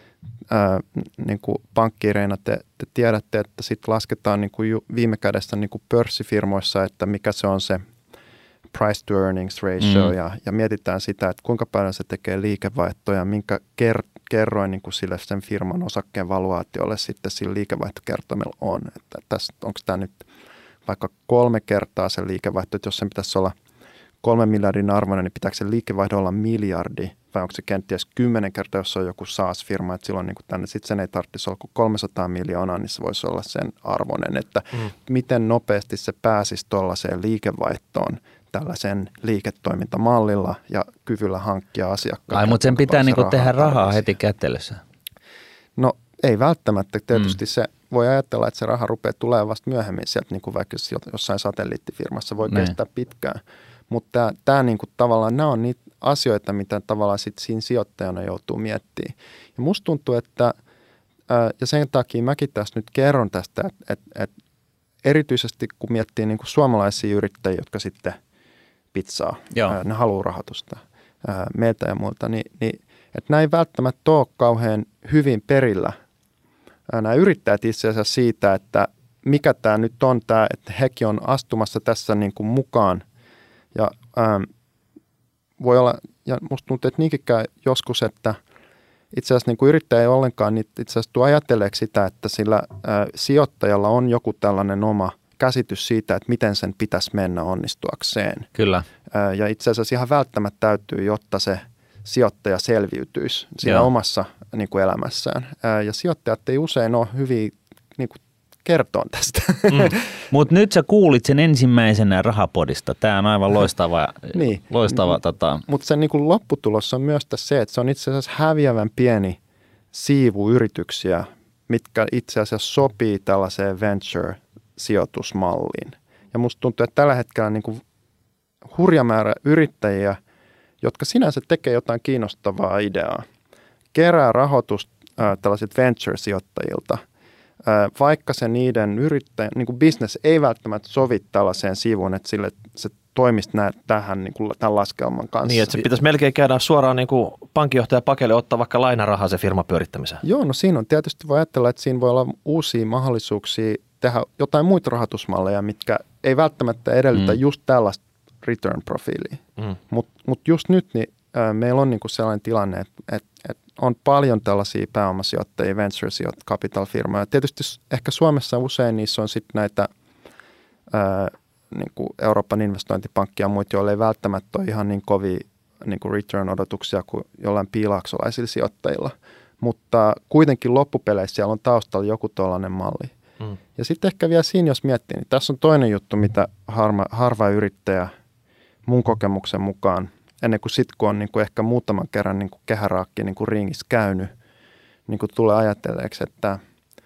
ää, niin kuin pankkiireina te, te tiedätte, että sitten lasketaan niin kuin viime kädessä niin kuin pörssifirmoissa, että mikä se on se price to earnings ratio mm. ja, ja mietitään sitä, että kuinka paljon se tekee liikevaihtoja, minkä ker, kerroin niin kuin sille sen firman osakkeen valuaatiolle sitten sillä liikevaihtokertoimella on. Että tässä, onko tämä nyt vaikka kolme kertaa se liikevaihto, että jos sen pitäisi olla kolmen miljardin arvoinen, niin pitääkö se liikevaihdo olla miljardi vai onko se kenties kymmenen kertaa, jos on joku SaaS-firma, että silloin niin kuin tänne sitten sen ei tarvitsisi olla kuin kolmesataa miljoonaa, niin se voisi olla sen arvoinen, että mm. miten nopeasti se pääsisi tuollaiseen liikevaihtoon tällaisen liiketoimintamallilla ja kyvyllä hankkia asiakkaita. Ai, mutta sen pitää niinku tehdä rahaa heti kättelyssä. No ei välttämättä. Tietysti mm. se voi ajatella, että se raha rupeaa tulemaan vasta myöhemmin sieltä, niin kuin vaikka jossain satelliittifirmassa voi ne. kestää pitkään. Mutta tämä niinku tavallaan, nämä on niitä asioita, mitä tavallaan sit siinä sijoittajana joutuu miettimään. Ja musta tuntuu, että, ää, ja sen takia mäkin tässä nyt kerron tästä, että et, et erityisesti kun miettii niinku suomalaisia yrittäjiä, jotka sitten pitsaa, ää, ne haluaa rahoitusta ää, meiltä ja muilta, niin, niin että nämä ei välttämättä ole kauhean hyvin perillä. Ää, nämä yrittäjät itse asiassa siitä, että mikä tämä nyt on, tämä, että hekin on astumassa tässä niinku mukaan. Ja ähm, voi olla, ja musta tuntuu, että niinkin käy joskus, että itse asiassa niin kuin yrittäjä ei ollenkaan niin itse asiassa tuo ajatteleeksi sitä, että sillä äh, sijoittajalla on joku tällainen oma käsitys siitä, että miten sen pitäisi mennä onnistuakseen. Kyllä. Äh, ja itse asiassa ihan välttämättä täytyy, jotta se sijoittaja selviytyisi siinä Joo. omassa niin kuin elämässään. Äh, ja sijoittajat ei usein ole hyviä niin kuin kertoon tästä. Mm. Mutta nyt sä kuulit sen ensimmäisenä Rahapodista. Tämä on aivan loistava. niin. loistava tota. Mutta sen niin lopputulos on myös se, että se on itse asiassa häviävän pieni siivu yrityksiä, mitkä itse asiassa sopii tällaiseen venture-sijoitusmalliin. Ja musta tuntuu, että tällä hetkellä niin kuin hurja määrä yrittäjiä, jotka sinänsä tekee jotain kiinnostavaa ideaa, kerää rahoitusta äh, tällaiset venture-sijoittajilta, vaikka se niiden yrittäjän, niin kuin business ei välttämättä sovi tällaiseen sivuun, että sille se toimisi nä, tähän niin kuin tämän laskelman kanssa. Niin, että se pitäisi melkein käydä suoraan niin kuin pankinjohtaja pakelle ottaa vaikka lainarahaa se firma pyörittämiseen. Joo, no siinä on tietysti voi ajatella, että siinä voi olla uusia mahdollisuuksia tehdä jotain muita rahoitusmalleja, mitkä ei välttämättä edellytä mm. just tällaista return-profiilia. Mm. Mutta mut just nyt niin, äh, meillä on niin kuin sellainen tilanne, että et, et on paljon tällaisia pääomasijoittajia, venture-sijoittajia, capital-firmoja. Tietysti ehkä Suomessa usein niissä on sitten näitä ää, niin kuin Euroopan investointipankkia ja muita, joilla ei välttämättä ole ihan niin kovia niin kuin return-odotuksia kuin jollain piilaaksolaisilla sijoittajilla. Mutta kuitenkin loppupeleissä siellä on taustalla joku tuollainen malli. Mm. Ja sitten ehkä vielä siinä, jos miettii, niin tässä on toinen juttu, mitä harva, harva yrittäjä mun kokemuksen mukaan ennen kuin sitten, kun on niin kuin ehkä muutaman kerran niin kuin kehäraakki niin kuin ringissä käynyt, niin kuin tulee ajatelleeksi, että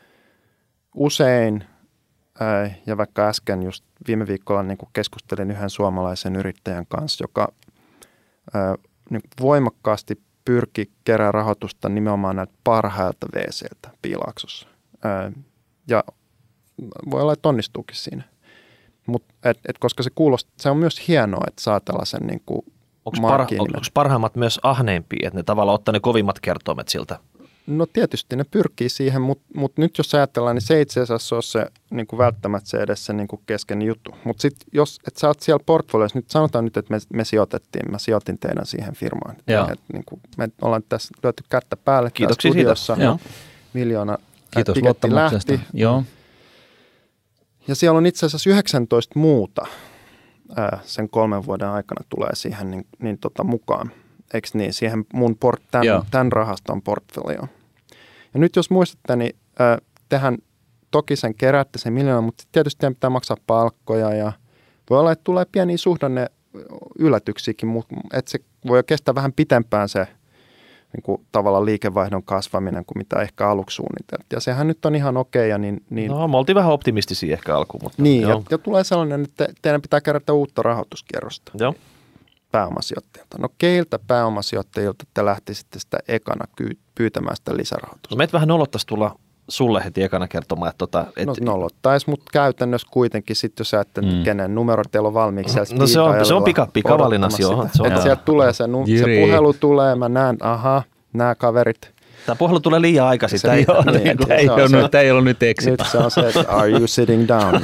usein, ää, ja vaikka äsken just viime viikolla niin kuin keskustelin yhden suomalaisen yrittäjän kanssa, joka ää, niin voimakkaasti pyrki kerää rahoitusta nimenomaan näiltä parhailta V C:ltä Piilaaksossa. Ää, ja voi olla, että onnistuukin siinä. Mut, et, et koska se kuulostaa, se on myös hienoa, että saa tällaisen niin kuin Onko, parha, onko parhaimmat myös ahneimpia, että ne tavallaan ottaa ne kovimmat kertoimet siltä? No tietysti ne pyrkii siihen, mutta mut nyt jos ajatellaan, niin se itse asiassa on se niin kuin välttämättä se edessä niin kuin keskeinen juttu. Mutta sitten jos et sä oot siellä portfoliossa, nyt sanotaan nyt, että me, me sijoitettiin, mä sijoitin teidän siihen firmaan. Et, niin kuin me ollaan tässä lyöty kättä päälle. Kiitoksia studiossa. Siitä. Miljoona Kiitos luottamuksesta. Joo. ja siellä on itse asiassa yhdeksäntoista muuta ää, sen kolmen vuoden aikana tulee siihen niin, niin tota, mukaan. Eikö niin? Siihen mun port, tämän, tämän rahaston portfolioon. Ja nyt jos muistatte, niin ää, tehän toki sen keräätte sen miljoona, mutta tietysti teidän pitää maksaa palkkoja ja voi olla, että tulee pieniä suhdanne yllätyksiäkin, mutta että se voi kestää vähän pitempään se niin kuin tavallaan liikevaihdon kasvaminen kuin mitä ehkä aluksi suunniteltiin. Ja sehän nyt on ihan okei. Ja niin, niin, no, me oltiin vähän optimistisia ehkä alkuun. Mutta niin, ja, ja tulee sellainen, että teidän pitää kerätä uutta rahoituskierrosta joo. pääomasijoittajilta. No keiltä pääomasijoittajilta te lähtisitte sitä ekana pyytämään sitä lisärahoitusta? No meitä vähän nolottaisi tulla sulle heti ekana kertomaan, että tota, et... No nolottaisi, mutta käytännössä kuitenkin sitten, jos ajattelet, mm. kenen numero teillä on valmiiksi. No se on, se on pikappi, kavallinas, joo. Että sieltä tulee se, se puhelu tulee, mä näen, aha, nämä kaverit. Tämä puhelu tulee liian aikaisin. Tämä ei, ole, niin, tämä ei, ole, se, tämä ei ollut nyt exit. Nyt se on se, että are you sitting down?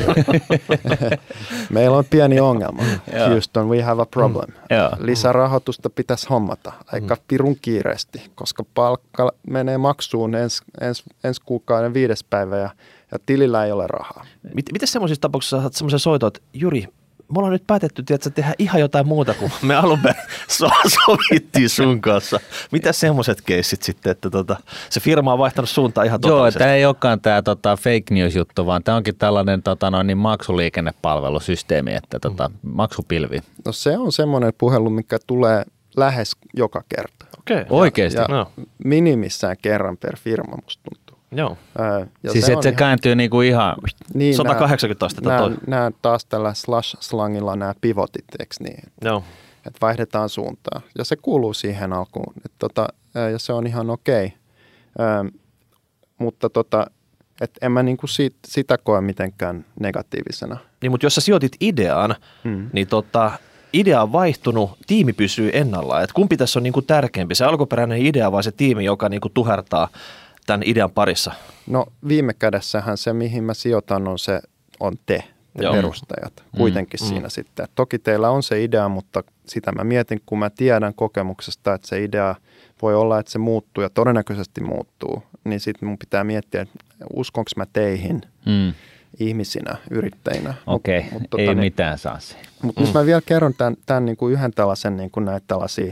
Meillä on pieni ongelma. Houston, we have a problem. Mm. Lisärahoitusta pitäisi hommata aika pirun kiireesti, koska palkka menee maksuun ensi ens, ens kuukauden viides päivä ja, ja tilillä ei ole rahaa. Miten semmoisissa tapauksissa saat semmoisen soiton, että Jyri, me ollaan nyt päätetty, että tehdään ihan jotain muuta kuin me alun perin sovittiin sun kanssa. Mitä semmoiset keissit sitten, että tota, se firma on vaihtanut suuntaan ihan totaalisesti? Joo, tämä ei olekaan tämä tota, fake news-juttu, vaan tämä onkin tällainen tota, no, niin maksuliikennepalvelusysteemi, että tota, maksupilvi. No se on semmoinen puhelu, mikä tulee lähes joka kerta. Okei. Oikeasti? Ja, ja no. minimissään kerran per firma, musta tuntuu. Joo. Ää, siis se että se ihan, kääntyy niinku ihan niin, sata kahdeksankymmentä astetta. Nämä, nämä taas tällä slash-slangilla nämä pivotit, eikö niin? Joo. Että vaihdetaan suuntaa. Ja se kuuluu siihen alkuun. Et tota, ja se on ihan okei. Ää, mutta tota, et en mä niinku siitä, sitä koe mitenkään negatiivisena. Niin, mutta jos sä sijoitit ideaan, hmm. niin tota, idea on vaihtunut, tiimi pysyy ennallaan. Et kumpi tässä on niinku tärkeämpi, se alkuperäinen idea vai se tiimi, joka niinku tuhertaa tämän idean parissa? No viime kädessähän se, mihin mä sijoitan, on se on te, te Joo. perustajat. Kuitenkin mm. siinä mm. sitten. Toki teillä on se idea, mutta sitä mä mietin, kun mä tiedän kokemuksesta, että se idea voi olla, että se muuttuu ja todennäköisesti muuttuu. Niin sitten mun pitää miettiä, että uskonko mä teihin mm. ihmisinä, yrittäjinä. Okei, okay. tota, ei niin, mitään saa siihen. Mutta mm. jos mä vielä kerron tämän, tämän niin kuin yhden tällaisen niin kuin näitä tällaisia,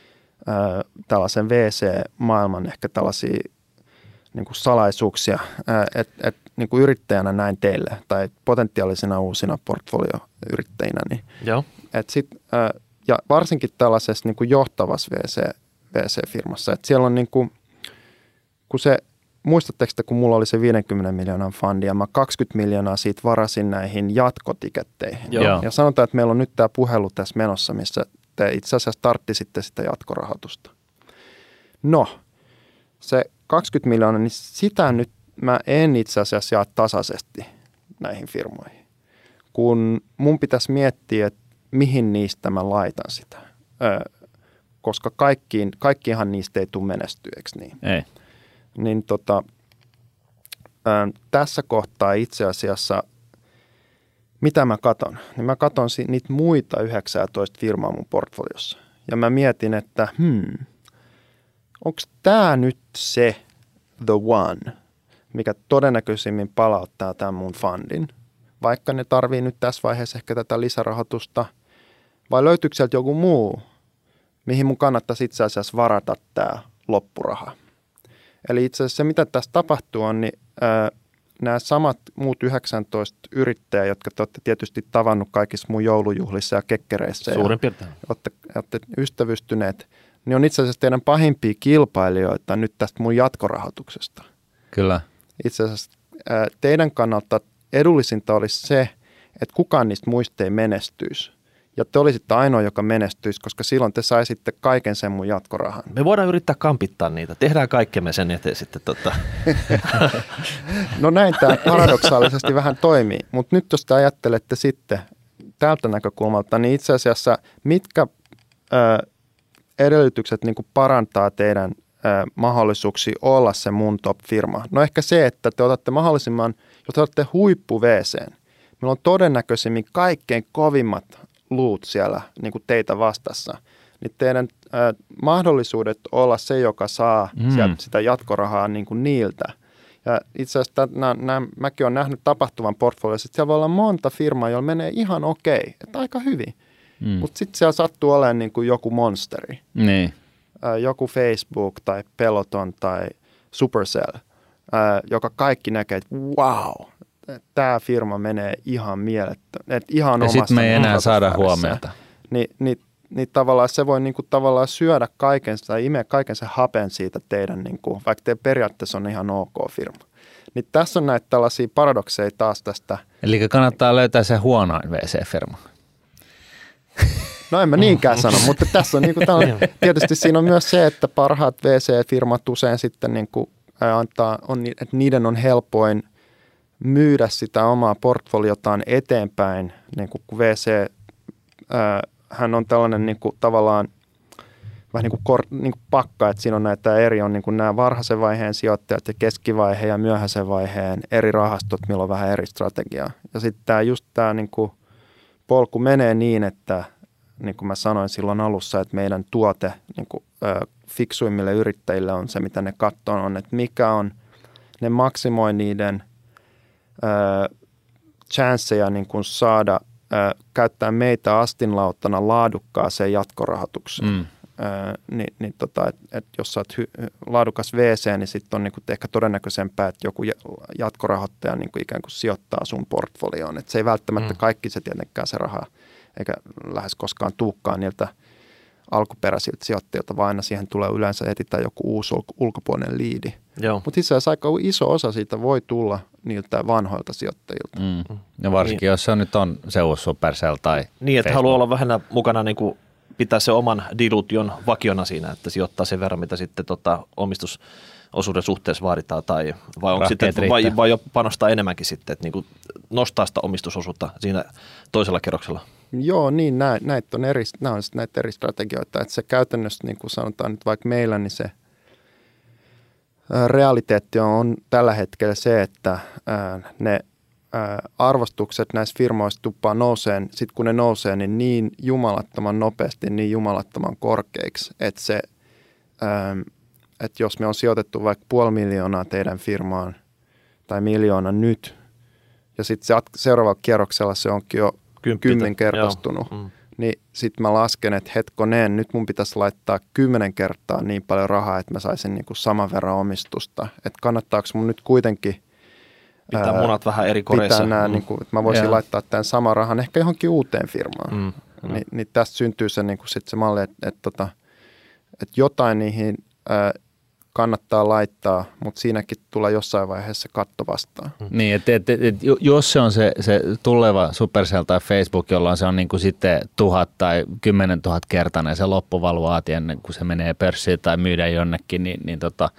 äh, tällaisen V C-maailman ehkä tällaisia niin kuin salaisuuksia, että et, niin kuin yrittäjänä näin teille tai potentiaalisina uusina portfolioyrittäjinä. Niin, Joo. Et sit, ja varsinkin tällaisessa niin kuin johtavassa V C, V C-firmassa, että siellä on niin kuin, kun se, muistatteko te, kun mulla oli se viidenkymmenen miljoonan fundi ja mä kaksikymmentä miljoonaa siitä varasin näihin jatkotiketteihin. Joo. Ja sanotaan, että meillä on nyt tämä puhelu tässä menossa, missä te itse asiassa starttisitte sitä jatkorahoitusta. No, se kaksikymmentä miljoonaa, niin sitä nyt mä en itse asiassa jaa tasaisesti näihin firmoihin. Kun mun pitäisi miettiä, että mihin niistä mä laitan sitä. Öö, koska kaikkiin, kaikkiinhan niistä ei tule menestyä, eikö niin? Ei. Niin tota, öö, tässä kohtaa itse asiassa, mitä mä katon? Niin mä katon niitä muita yhdeksäntoista firmaa mun portfoliossa. Ja mä mietin, että hmm, onko tämä nyt se the one, mikä todennäköisimmin palauttaa tämän mun fundin, vaikka ne tarvii nyt tässä vaiheessa ehkä tätä lisärahoitusta, vai löytyykö sieltä joku muu, mihin mun kannattaisi itse asiassa varata tämä loppuraha. Eli itse asiassa se, mitä tässä tapahtuu, on, niin ää, nämä samat muut yhdeksäntoista yrittäjää, jotka te olette tietysti tavannut kaikissa mun joulujuhlissa ja kekkereissä. Suurin piirtein. Olette, olette ystävystyneet. Niin on itse asiassa teidän pahimpia kilpailijoita nyt tästä mun jatkorahoituksesta. Kyllä. Itse asiassa ää, teidän kannalta edullisinta olisi se, että kukaan niistä muista ei menestyisi. Ja te olisitte ainoa, joka menestyisi, koska silloin te saisitte kaiken sen mun jatkorahan. Me voidaan yrittää kampittaa niitä. Tehdään kaikkemme sen eteen sitten. Tota. No näin tämä paradoksaalisesti vähän toimii. Mutta nyt jos te ajattelette sitten tältä näkökulmalta, niin itse asiassa mitkä ää, edellytykset niin kuin parantaa teidän ää, mahdollisuuksia olla se mun top-firma? No ehkä se, että te otatte mahdollisimman, jos te otatte huippu V C:n, meillä on todennäköisimmin kaikkein kovimmat luut siellä niin kuin teitä vastassa, niin teidän ää, mahdollisuudet olla se, joka saa mm. sieltä sitä jatkorahaa niin kuin niiltä Ja itse asiassa nää, nää, mäkin olen nähnyt tapahtuvan portfoliossa, että siellä voi olla monta firmaa, joilla menee ihan okei, että aika hyvin. Mm. Mutta sitten siellä sattuu olemaan niin kuin joku monsteri. Niin. Ää, joku Facebook tai Peloton tai Supercell, ää, joka kaikki näkee, että wow, tämä firma menee ihan mielettömän. Ihan ja sitten me ei enää saada huomiota. Ni, niin, niin tavallaan se voi niinku tavallaan syödä kaiken tai imeä kaiken sen hapen siitä teidän, niinku, vaikka te periaatteessa on ihan ok firma. Niin tässä on näitä tällaisia paradokseja taas tästä. Eli kannattaa löytää se huonoin V C-firma. No en mä niinkään sano, mutta tässä on niinku, tietysti siinä on myös se, että parhaat V C-firmat usein sitten niinku, antaa, on, että niiden on helpoin myydä sitä omaa portfoliotaan eteenpäin, niin kuin V C, ää, hän on tällainen niin kuin, tavallaan vähän niin kuin, kor, niin kuin pakka, että siinä on näitä eri, on niin kuin nämä varhaisen vaiheen sijoittajat ja keskivaiheen ja myöhäisen vaiheen eri rahastot, millä on vähän eri strategiaa. Ja sitten tämä just tämä niin kuin polku menee niin, että niin kuin mä sanoin silloin alussa, että meidän tuote niin kuin, ää, fiksuimmille yrittäjille on se, mitä ne katsoo, on, että mikä on, ne maksimoi niiden ää, chanceja niin kuin saada ää, käyttää meitä astinlauttana laadukkaaseen jatkorahoitukseen. Mm. Ää, niin, niin tota, et, et jos sä oot hy- laadukas V C, niin sitten on niin kuin ehkä todennäköisempää, että joku jatkorahoittaja niin kuin ikään kuin sijoittaa sun portfolioon. Et se ei välttämättä mm. kaikki se tietenkään se raha, eikä lähes koskaan tuukkaan niiltä alkuperäisiltä sijoittajilta, vaan aina siihen tulee yleensä etitään joku uusi ulkopuolinen liidi. Mutta itse asiassa aika iso osa siitä voi tulla niiltä vanhoilta sijoittajilta. Mm. Ja varsinkin, niin. jos se nyt on Seus Supercell tai niin, että Facebook. haluaa olla vähän mukana, niin kuin pitää se oman dilution vakiona siinä, että sijoittaa sen verran, mitä sitten tota, omistusosuuden suhteessa vaaditaan, tai vai, onko sitten, vai, vai jo panostaa enemmänkin sitten, että niin kuin nostaa sitä omistusosuutta siinä toisella kerroksella. Joo, niin nä, näitä on eri, nämä on näitä eri strategioita, että se käytännössä, niin kuin sanotaan nyt vaikka meillä, niin se ää, realiteetti on, on tällä hetkellä se, että ää, ne ää, arvostukset näissä firmoissa tuppaa nousee, sitten kun ne nousee, niin niin jumalattoman nopeasti, niin jumalattoman korkeiksi, että se, ää, että jos me on sijoitettu vaikka puoli miljoonaa teidän firmaan tai miljoona nyt, ja sitten se seuraavalla kierroksella se onkin jo kymmenkertaistunut, mm. niin sitten mä lasken, että hetkoneen, nyt mun pitäisi laittaa kymmenen kertaa niin paljon rahaa, että mä saisin niinku saman verran omistusta. Että kannattaako mun nyt kuitenkin pitää ää, munat vähän eri koreissa. Nää, mm. niinku, että mä voisin yeah. laittaa tämän saman rahan ehkä johonkin uuteen firmaan. Mm. Mm. Ni, niin tästä syntyy se, niinku sit se malli, että et, tota, et jotain niihin ää, kannattaa laittaa, mutta siinäkin tulee jossain vaiheessa katto vastaan. Mm. Niin, että et, et, et, jos se on se, se tuleva Supercell tai Facebook, jolloin se on niin kuin sitten tuhat tai kymmenen tuhat kertainen se loppuvaluaatio ennen kuin se menee pörssiin tai myydään jonnekin, niin, niin tota,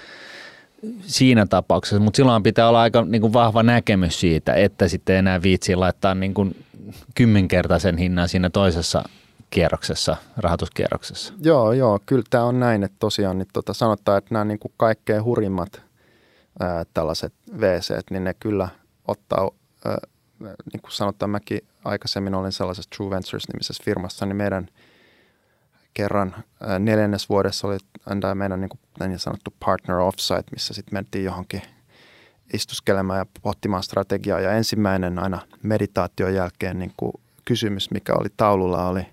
siinä tapauksessa, mutta silloin pitää olla aika niin kuin vahva näkemys siitä, että sitten enää viitsii laittaa niin kuin kymmenkertaisen hinnan siinä toisessa kierroksessa, rahoituskierroksessa. Joo, joo, kyllä tämä on näin, että tosiaan niin tota, sanotaan, että nämä niin kuin kaikkein hurimmat ää, tällaiset V C:t, niin ne kyllä ottaa, ää, niin kuin sanotaan, mäkin aikaisemmin olin sellaisessa True Ventures-nimisessä firmassa, niin meidän kerran ää, neljännesvuodessa oli meidän niin kuin niin sanottu partner offsite, missä sitten mentiin johonkin istuskelemaan ja pohtimaan strategiaa, ja ensimmäinen aina meditaation jälkeen niin kuin kysymys, mikä oli taululla, oli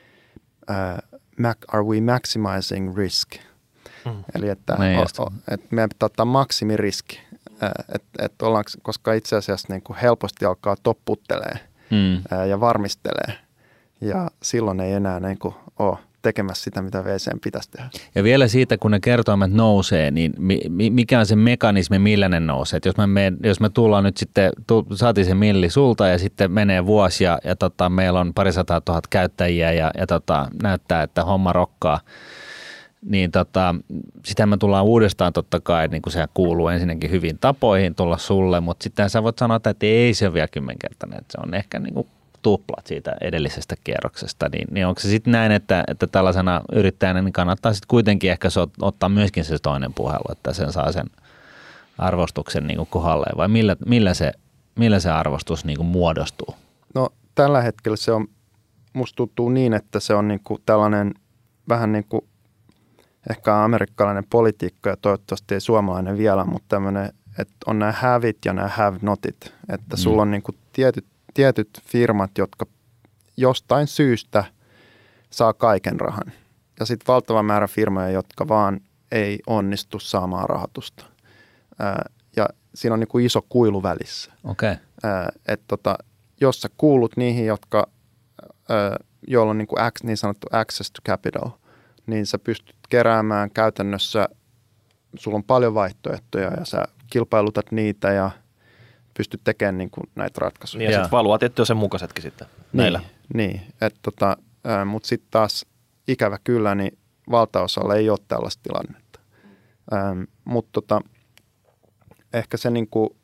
Uh, are we maximizing risk? Mm. Eli että, o, o, että meidän pitää ottaa maksimiriski, uh, et, et koska itse asiassa niin kuin helposti alkaa topputtelee mm. uh, ja varmistelee, ja silloin ei enää niin kuin ole tekemässä sitä, mitä V C:n pitäisi tehdä. Ja vielä siitä, kun ne kertoimet nousee, niin mi, mikä on se mekanismi, millä ne nousee? Et jos, me me, jos me tullaan nyt sitten, tu, saatiin se milli sulta ja sitten menee vuosi ja, ja tota, meillä on parisataa tuhat käyttäjiä ja, ja tota, näyttää, että homma rokkaa, niin tota, sitä me tullaan uudestaan totta kai, niin kuin se kuuluu ensinnäkin hyvin tapoihin tulla sulle, mutta sitten sä voit sanoa, että ei se ole vielä kymmenkertainen, että se on ehkä niin kuin tuplat siitä edellisestä kierroksesta, niin, niin onko se sitten näin, että, että tällaisena yrittäjänä niin kannattaa sitten kuitenkin ehkä so, ottaa myöskin se toinen puhelu, että sen saa sen arvostuksen niin kuin kohdalleen, vai millä, millä, se, millä se arvostus niin kuin muodostuu? No tällä hetkellä se on, musta tuntuu niin, että se on niin kuin tällainen vähän niin kuin ehkä amerikkalainen politiikka ja toivottavasti ei suomalainen vielä, mutta tämmöinen että on nämä haveit ja nämä have notit. Että sulla Mm. on niin kuin tietyt, tietyt firmat, jotka jostain syystä saa kaiken rahan. Ja sitten valtava määrä firmoja, jotka vaan ei onnistu saamaan rahoitusta. Ää, ja siinä on niin kuin iso kuilu välissä. Okei. Okay. Että tota, jos sä kuulut niihin, jotka, ää, joilla on niin, kuin ac- niin sanottu access to capital, niin sä pystyt keräämään käytännössä, sulla on paljon vaihtoehtoja ja sä kilpailutat niitä ja pystyt tekemään niin kuin näitä ratkaisuja. Niin ja sitten valuaatiot on sen mukaisetkin sitten näillä. Niin, niin. Tota, mutta sitten taas ikävä kyllä, niin valtaosalla ei ole tällaista tilannetta. Mutta tota, ehkä se, niinku,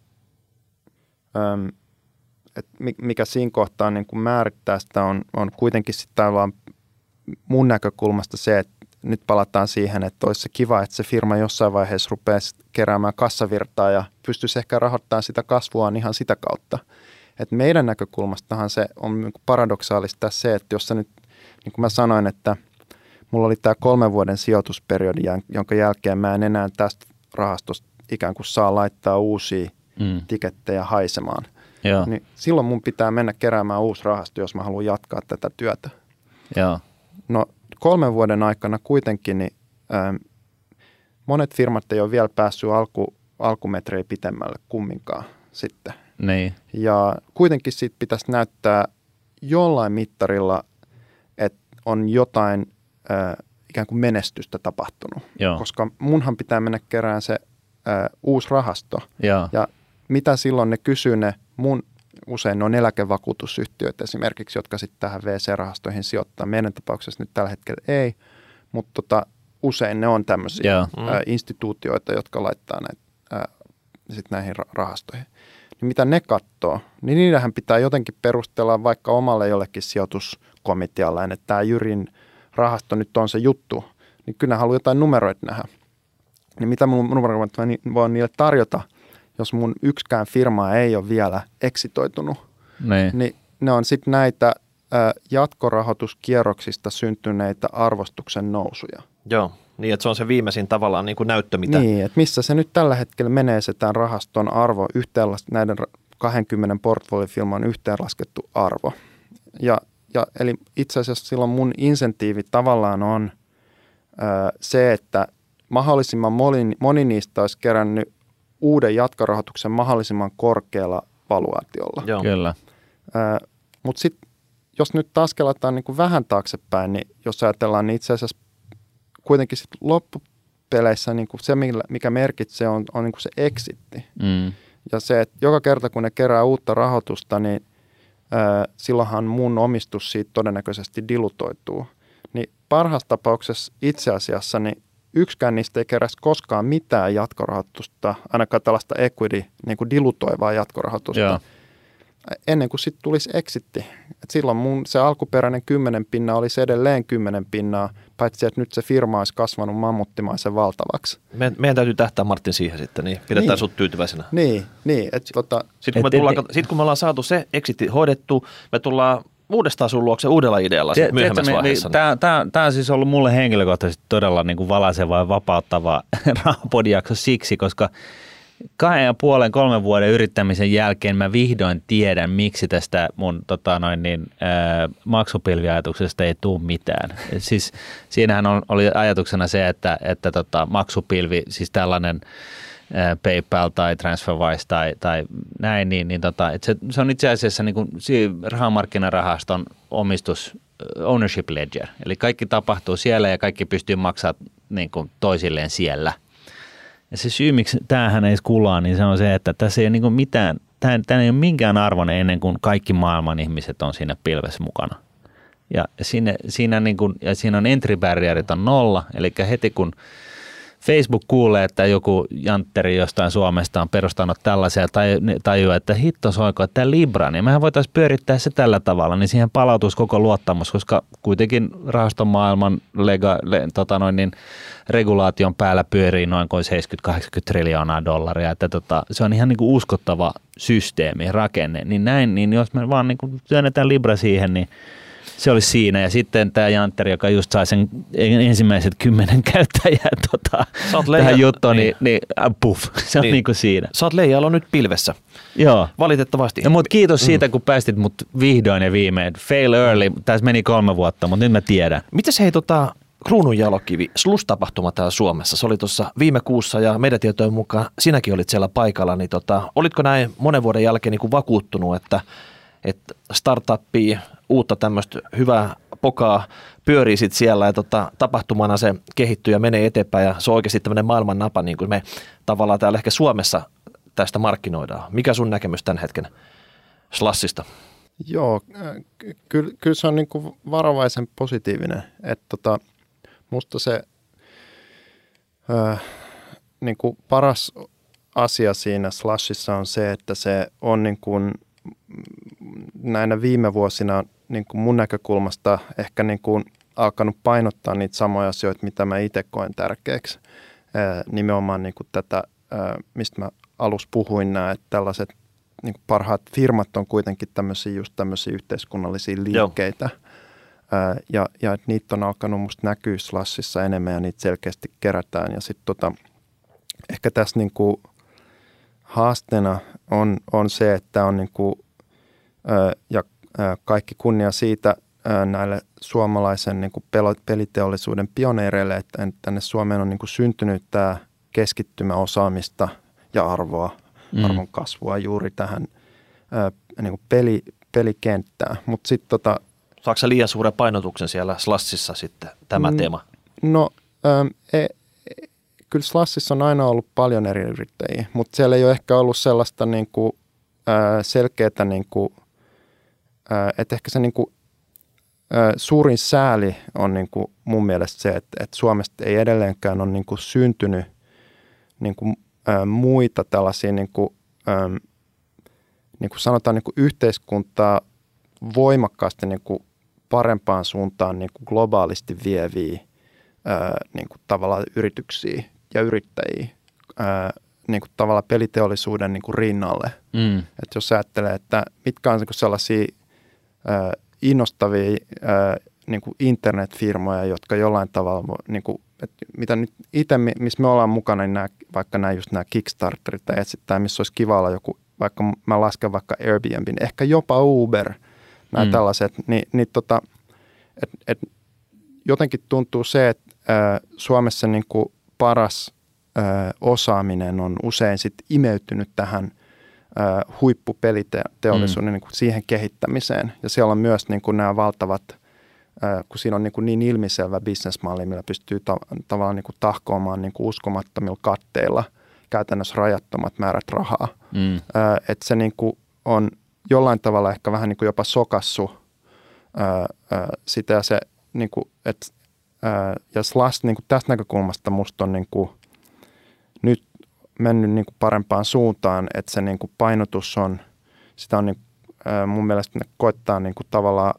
äm, et mikä siinä kohtaa niinku määrittää sitä, on, on kuitenkin sitten vaan mun näkökulmasta se, että nyt palataan siihen, että olisi se kiva, että se firma jossain vaiheessa rupeaisi keräämään kassavirtaa ja pystyisi ehkä rahoittamaan sitä kasvuaan ihan sitä kautta. Et meidän näkökulmastahan se on niinku paradoksaalista se, että jos sä nyt, niin kuin mä sanoin, että mulla oli tämä kolmen vuoden sijoitusperiodi, jonka jälkeen mä en enää tästä rahastosta ikään kuin saa laittaa uusia mm. tikettejä haisemaan. Joo. Niin silloin mun pitää mennä keräämään uusi rahasto, jos mä haluan jatkaa tätä työtä. Joo. No kolmen vuoden aikana kuitenkin niin, ähm, monet firmat ei ole vielä päässyt alku, alkumetrejä pitemmälle kumminkaan sitten. Niin. Ja kuitenkin siitä pitäisi näyttää jollain mittarilla, että on jotain äh, ikään kuin menestystä tapahtunut. Joo. Koska munhan pitää mennä kerään se äh, uusi rahasto. Joo. Ja mitä silloin ne kysyy ne mun, usein ne on eläkevakuutusyhtiöt esimerkiksi, jotka sitten tähän V C-rahastoihin sijoittaa. Meidän tapauksessa nyt tällä hetkellä ei, mutta tota, usein ne on tämmöisiä Joo. äh, instituutioita, jotka laittaa näitä äh, sit näihin rahastoihin. Niin mitä ne katsoo, niin niitähän pitää jotenkin perustella vaikka omalle jollekin sijoituskomitealle, että tämä Jyrin rahasto nyt on se juttu, niin kyllä ne haluaa jotain numeroita nähdä. Niin mitä mun numeroita voin niille tarjota, jos mun yksikään firma ei ole vielä eksitoitunut, niin, niin ne on sitten näitä ä, jatkorahoituskierroksista syntyneitä arvostuksen nousuja. Joo, niin että se on se viimeisin tavallaan niin kuin näyttö, mitä... Niin, että missä se nyt tällä hetkellä menee se tämän rahaston arvo, yhteenlas- näiden kaksikymmentä portfoliofirman yhteenlaskettu arvo. Ja, ja eli itse asiassa silloin mun insentiivi tavallaan on ää, se, että mahdollisimman moni, moni niistä olisi kerännyt uuden jatkorahoituksen mahdollisimman korkealla valuaatiolla. Joo. Kyllä. Ää, mutta sitten jos nyt taas kelataan niin kuin vähän taaksepäin, niin jos ajatellaan, niin itse asiassa kuitenkin sit loppupeleissä niin kuin se, mikä merkitsee, on, on niin kuin se exitti. Mm. Ja se, että joka kerta kun ne kerää uutta rahoitusta, niin ää, silloinhan mun omistus siitä todennäköisesti dilutoituu. Niin parhaassa tapauksessa itse asiassa niin yksikään niistä ei keräisi koskaan mitään jatkorahoitusta, ainakaan tällaista equity, niin kuin dilutoivaa jatkorahoitusta, Joo. ennen kuin sitten tulisi exitti. Et silloin mun se alkuperäinen kymmenen pinnaa olisi edelleen kymmenen pinnaa, paitsi että nyt se firma olisi kasvanut mammuttimaisen valtavaksi. Me, meidän täytyy tähtää Martin siihen sitten, niin pidetään Niin. sut tyytyväisenä. Niin, niin että tota, Sitten kun, me Et- tullaan, et- sit kun me ollaan saatu se exitti hoidettu, me tullaan uudestaan sun luokse uudella idealla Tiedä- sit myöhemmässä tiedätkö, vaiheessa. Tämä, tämä, tämä on siis ollut mulle henkilökohtaisesti todella niin kuin valaiseva ja vapauttava rahapodijakso siksi, koska kahden ja puolen, kolmen vuoden yrittämisen jälkeen mä vihdoin tiedän, miksi tästä mun tota noin, niin, ää, maksupilviajatuksesta ei tule mitään. Et siis siinähän on, oli ajatuksena se, että, että tota, maksupilvi, siis tällainen ää, PayPal tai TransferWise tai, tai näin, niin, niin tota, et se, se on itse asiassa niin kuin, rahamarkkinarahaston omistus ownership ledger. Eli kaikki tapahtuu siellä ja kaikki pystyy maksamaan niin kuin, toisilleen siellä. Ja se syy, miksi tämähän ei kulaa, niin se on se, että tässä ei ole niin mitään, tämä, tämä ei ole minkään arvoinen ennen kuin kaikki maailman ihmiset on siinä pilvessä mukana. Ja, sinne, siinä, niin kuin, ja siinä on entry barrierit on nolla, eli heti kun Facebook kuulee, että joku jantteri jostain Suomesta on perustanut tällaisia tai tajuaa, että hitto soiko, että tämä Libra, niin mehän voitaisiin pyörittää se tällä tavalla, niin siihen palautuisi koko luottamus, koska kuitenkin rahaston maailman lega, le, tota noin, niin regulaation päällä pyörii noin kuin seitsemänkymmentä kahdeksankymmentä triljoonaa dollaria, että tota, se on ihan niin kuin uskottava systeemi, rakenne, niin näin, niin jos me vaan niin kuin työnnetään Libra siihen, niin se oli siinä. Ja sitten tämä Jantteri, joka just sai sen ensimmäiset kymmenen käyttäjää tota, tähän juttuun, niin, niin, niin puff, se on niin. niin kuin siinä. Sä oot Leijalla nyt pilvessä. Joo. Valitettavasti. Ja mut kiitos siitä, mm. kun päästit mut vihdoin ja viimein. Fail early, tässä meni kolme vuotta, mutta nyt mä tiedän. Mites hei tota... Kruununjalokivi, S L U S-tapahtuma täällä Suomessa. Se oli tuossa viime kuussa ja meidän tietojen mukaan sinäkin olit siellä paikalla. Niin tota, olitko näin monen vuoden jälkeen niin kuin vakuuttunut, että, että startuppia, uutta tämmöistä hyvää pokaa pyörii sit siellä ja tota, tapahtumana se kehittyy ja menee eteenpäin ja se on oikeasti tämmöinen maailman napa, niin kuin me tavallaan täällä ehkä Suomessa tästä markkinoidaan. Mikä sun näkemys tämän hetken Slushista? Joo, kyllä, kyllä se on niin kuin varovaisen positiivinen, että tota, musta se äh, niin kuin paras asia siinä Slushissa on se, että se on niin kuin näinä viime vuosina niin kuin mun näkökulmasta ehkä niin kuin alkanut painottaa niitä samoja asioita, mitä mä itse koen tärkeäksi. Äh, nimenomaan niin kuin tätä, äh, mistä mä alussa puhuin, nämä, että tällaiset niin kuin parhaat firmat on kuitenkin tämmöisiä just tämmöisiä yhteiskunnallisia liikkeitä. Ää, ja, ja että niitä on alkanut musta näkyä Slushissa enemmän ja niitä selkeästi kerätään. Ja sitten tota, ehkä tässä niin kuin haasteena on, on se, että on niin kuin, ää, ja ää, kaikki kunnia siitä ää, näille suomalaisen niin kuin peliteollisuuden pioneereille, että tänne Suomeen on niin kuin syntynyt tämä keskittymä osaamista ja arvoa. Mm. arvon kasvua juuri tähän ää, niin kuin peli, pelikenttään. Mut sit tota, saatko sä liian suuren painotuksen siellä Slushissa sitten tämä mm, teema? No äm, e, e, kyllä Slushissa on aina ollut paljon eri yrittäjiä, mutta siellä ei ole ehkä ollut sellaista niin kuin, ää, selkeätä, niin kuin, ää, että ehkä se niin kuin, ää, suurin sääli on niin kuin mun mielestä se, että, että Suomesta ei edelleenkään ole niin kuin syntynyt niin kuin muita tällaisia, niin kuin, ähm, niin kuin sanotaan, niin kuin yhteiskuntaa voimakkaasti niin kuin parempaan suuntaan niin kuin globaalisti vieviä ää, niin kuin tavallaan yrityksiä ja yrittäjiä ää, niin kuin tavallaan peliteollisuuden niin kuin rinnalle. Mm. Että jos ajattelee, että mitkä on niin kuin sellaisia ää, innostavia ää, niin kuin internetfirmoja, jotka jollain tavalla niin kuin että mitä nyt itse, missä me ollaan mukana, niin nämä, vaikka nämä just nämä Kickstarterit tai etsittää, missä olisi kiva olla joku, vaikka mä lasken vaikka Airbnb, niin ehkä jopa Uber, nämä mm. tällaiset, niin, niin tota, et, et jotenkin tuntuu se, että ä, Suomessa niin kuin paras ä, osaaminen on usein sit imeytynyt tähän ä, huippupeliteollisuuden mm. niin kuin siihen kehittämiseen, ja siellä on myös niin kuin nämä valtavat kun siinä on niin, niin ilmiselvä bisnesmalli, millä pystyy ta- tavallaan niin kuin tahkoamaan niin kuin uskomattomilla katteilla käytännössä rajattomat määrät rahaa. Mm. Että se niin kuin on jollain tavalla ehkä vähän niin kuin jopa sokassu ää, ää, sitä ja se, niin kuin, et, ää, ja Slush niin kuin tästä näkökulmasta musta on niin kuin nyt mennyt niin kuin parempaan suuntaan, että se niin kuin painotus on, sitä on niin, ää, mun mielestä ne koettaa niin kuin tavallaan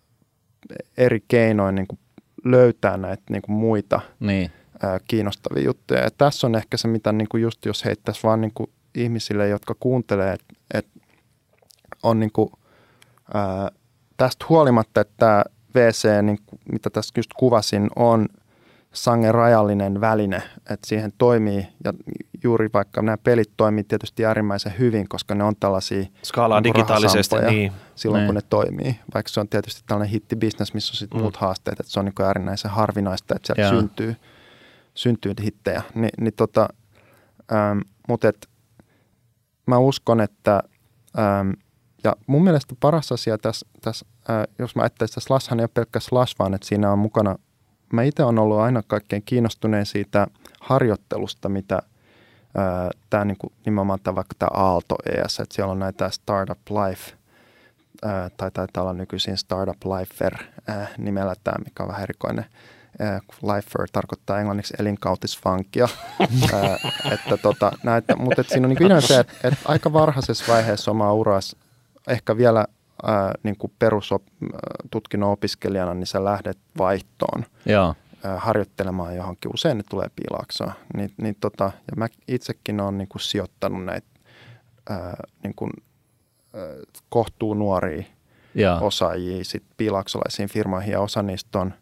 eri keinoin niin kuin löytää näitä niin kuin muita niin. ää, kiinnostavia juttuja. Ja tässä on ehkä se, mitä niin kuin just jos heittäisi vaan niin kuin ihmisille, jotka kuuntelee, että et on niin kuin, ää, tästä huolimatta, että tämä V C, niin kuin, mitä tässä just kuvasin, on sangen rajallinen väline, että siihen toimii, ja juuri vaikka nämä pelit toimii tietysti äärimmäisen hyvin, koska ne on tällaisia skaalaa digitaalisesti niin. silloin, niin. kun ne toimii. Vaikka se on tietysti tällainen hittibisnes, missä on sitten mm. muut haasteet, että se on niin kuin äärimmäisen harvinaista, että sieltä syntyy, syntyy hittejä. Ni, niin tota, ähm, mutta et, mä uskon, että ähm, ja mun mielestä paras asia tässä, tässä äh, jos mä ajattelen, että Slushhan ei ole pelkkä Slush, vaan että siinä on mukana. Mä itse olen ollut aina kaikkein kiinnostuneen siitä harjoittelusta, mitä tämä niinku, nimenomaan tämä vaikka tämä Aalto E S, että siellä on näitä Startup Life, ää, tai taitaa olla nykyisin Startup Lifer ää, nimellä tämä, mikä on vähän erikoinen. Ää, Lifer tarkoittaa englanniksi elinkautisfunkia, ää, että tota, näitä, mutta et siinä on niinku yleensä se, että et aika varhaisessa vaiheessa omaa uras, ehkä vielä Ää, niin kuin perustutkinnon opiskelijana, niin sä lähdet vaihtoon ää, harjoittelemaan johonkin. Usein ne tulee piilaaksoon. Niin, niin tota, ja mä itsekin olen niin kuin sijoittanut näitä ää, niin kuin, ää, kohtuu nuoria osaajia sitten piilaksolaisiin firmoihin ja osa niistä on,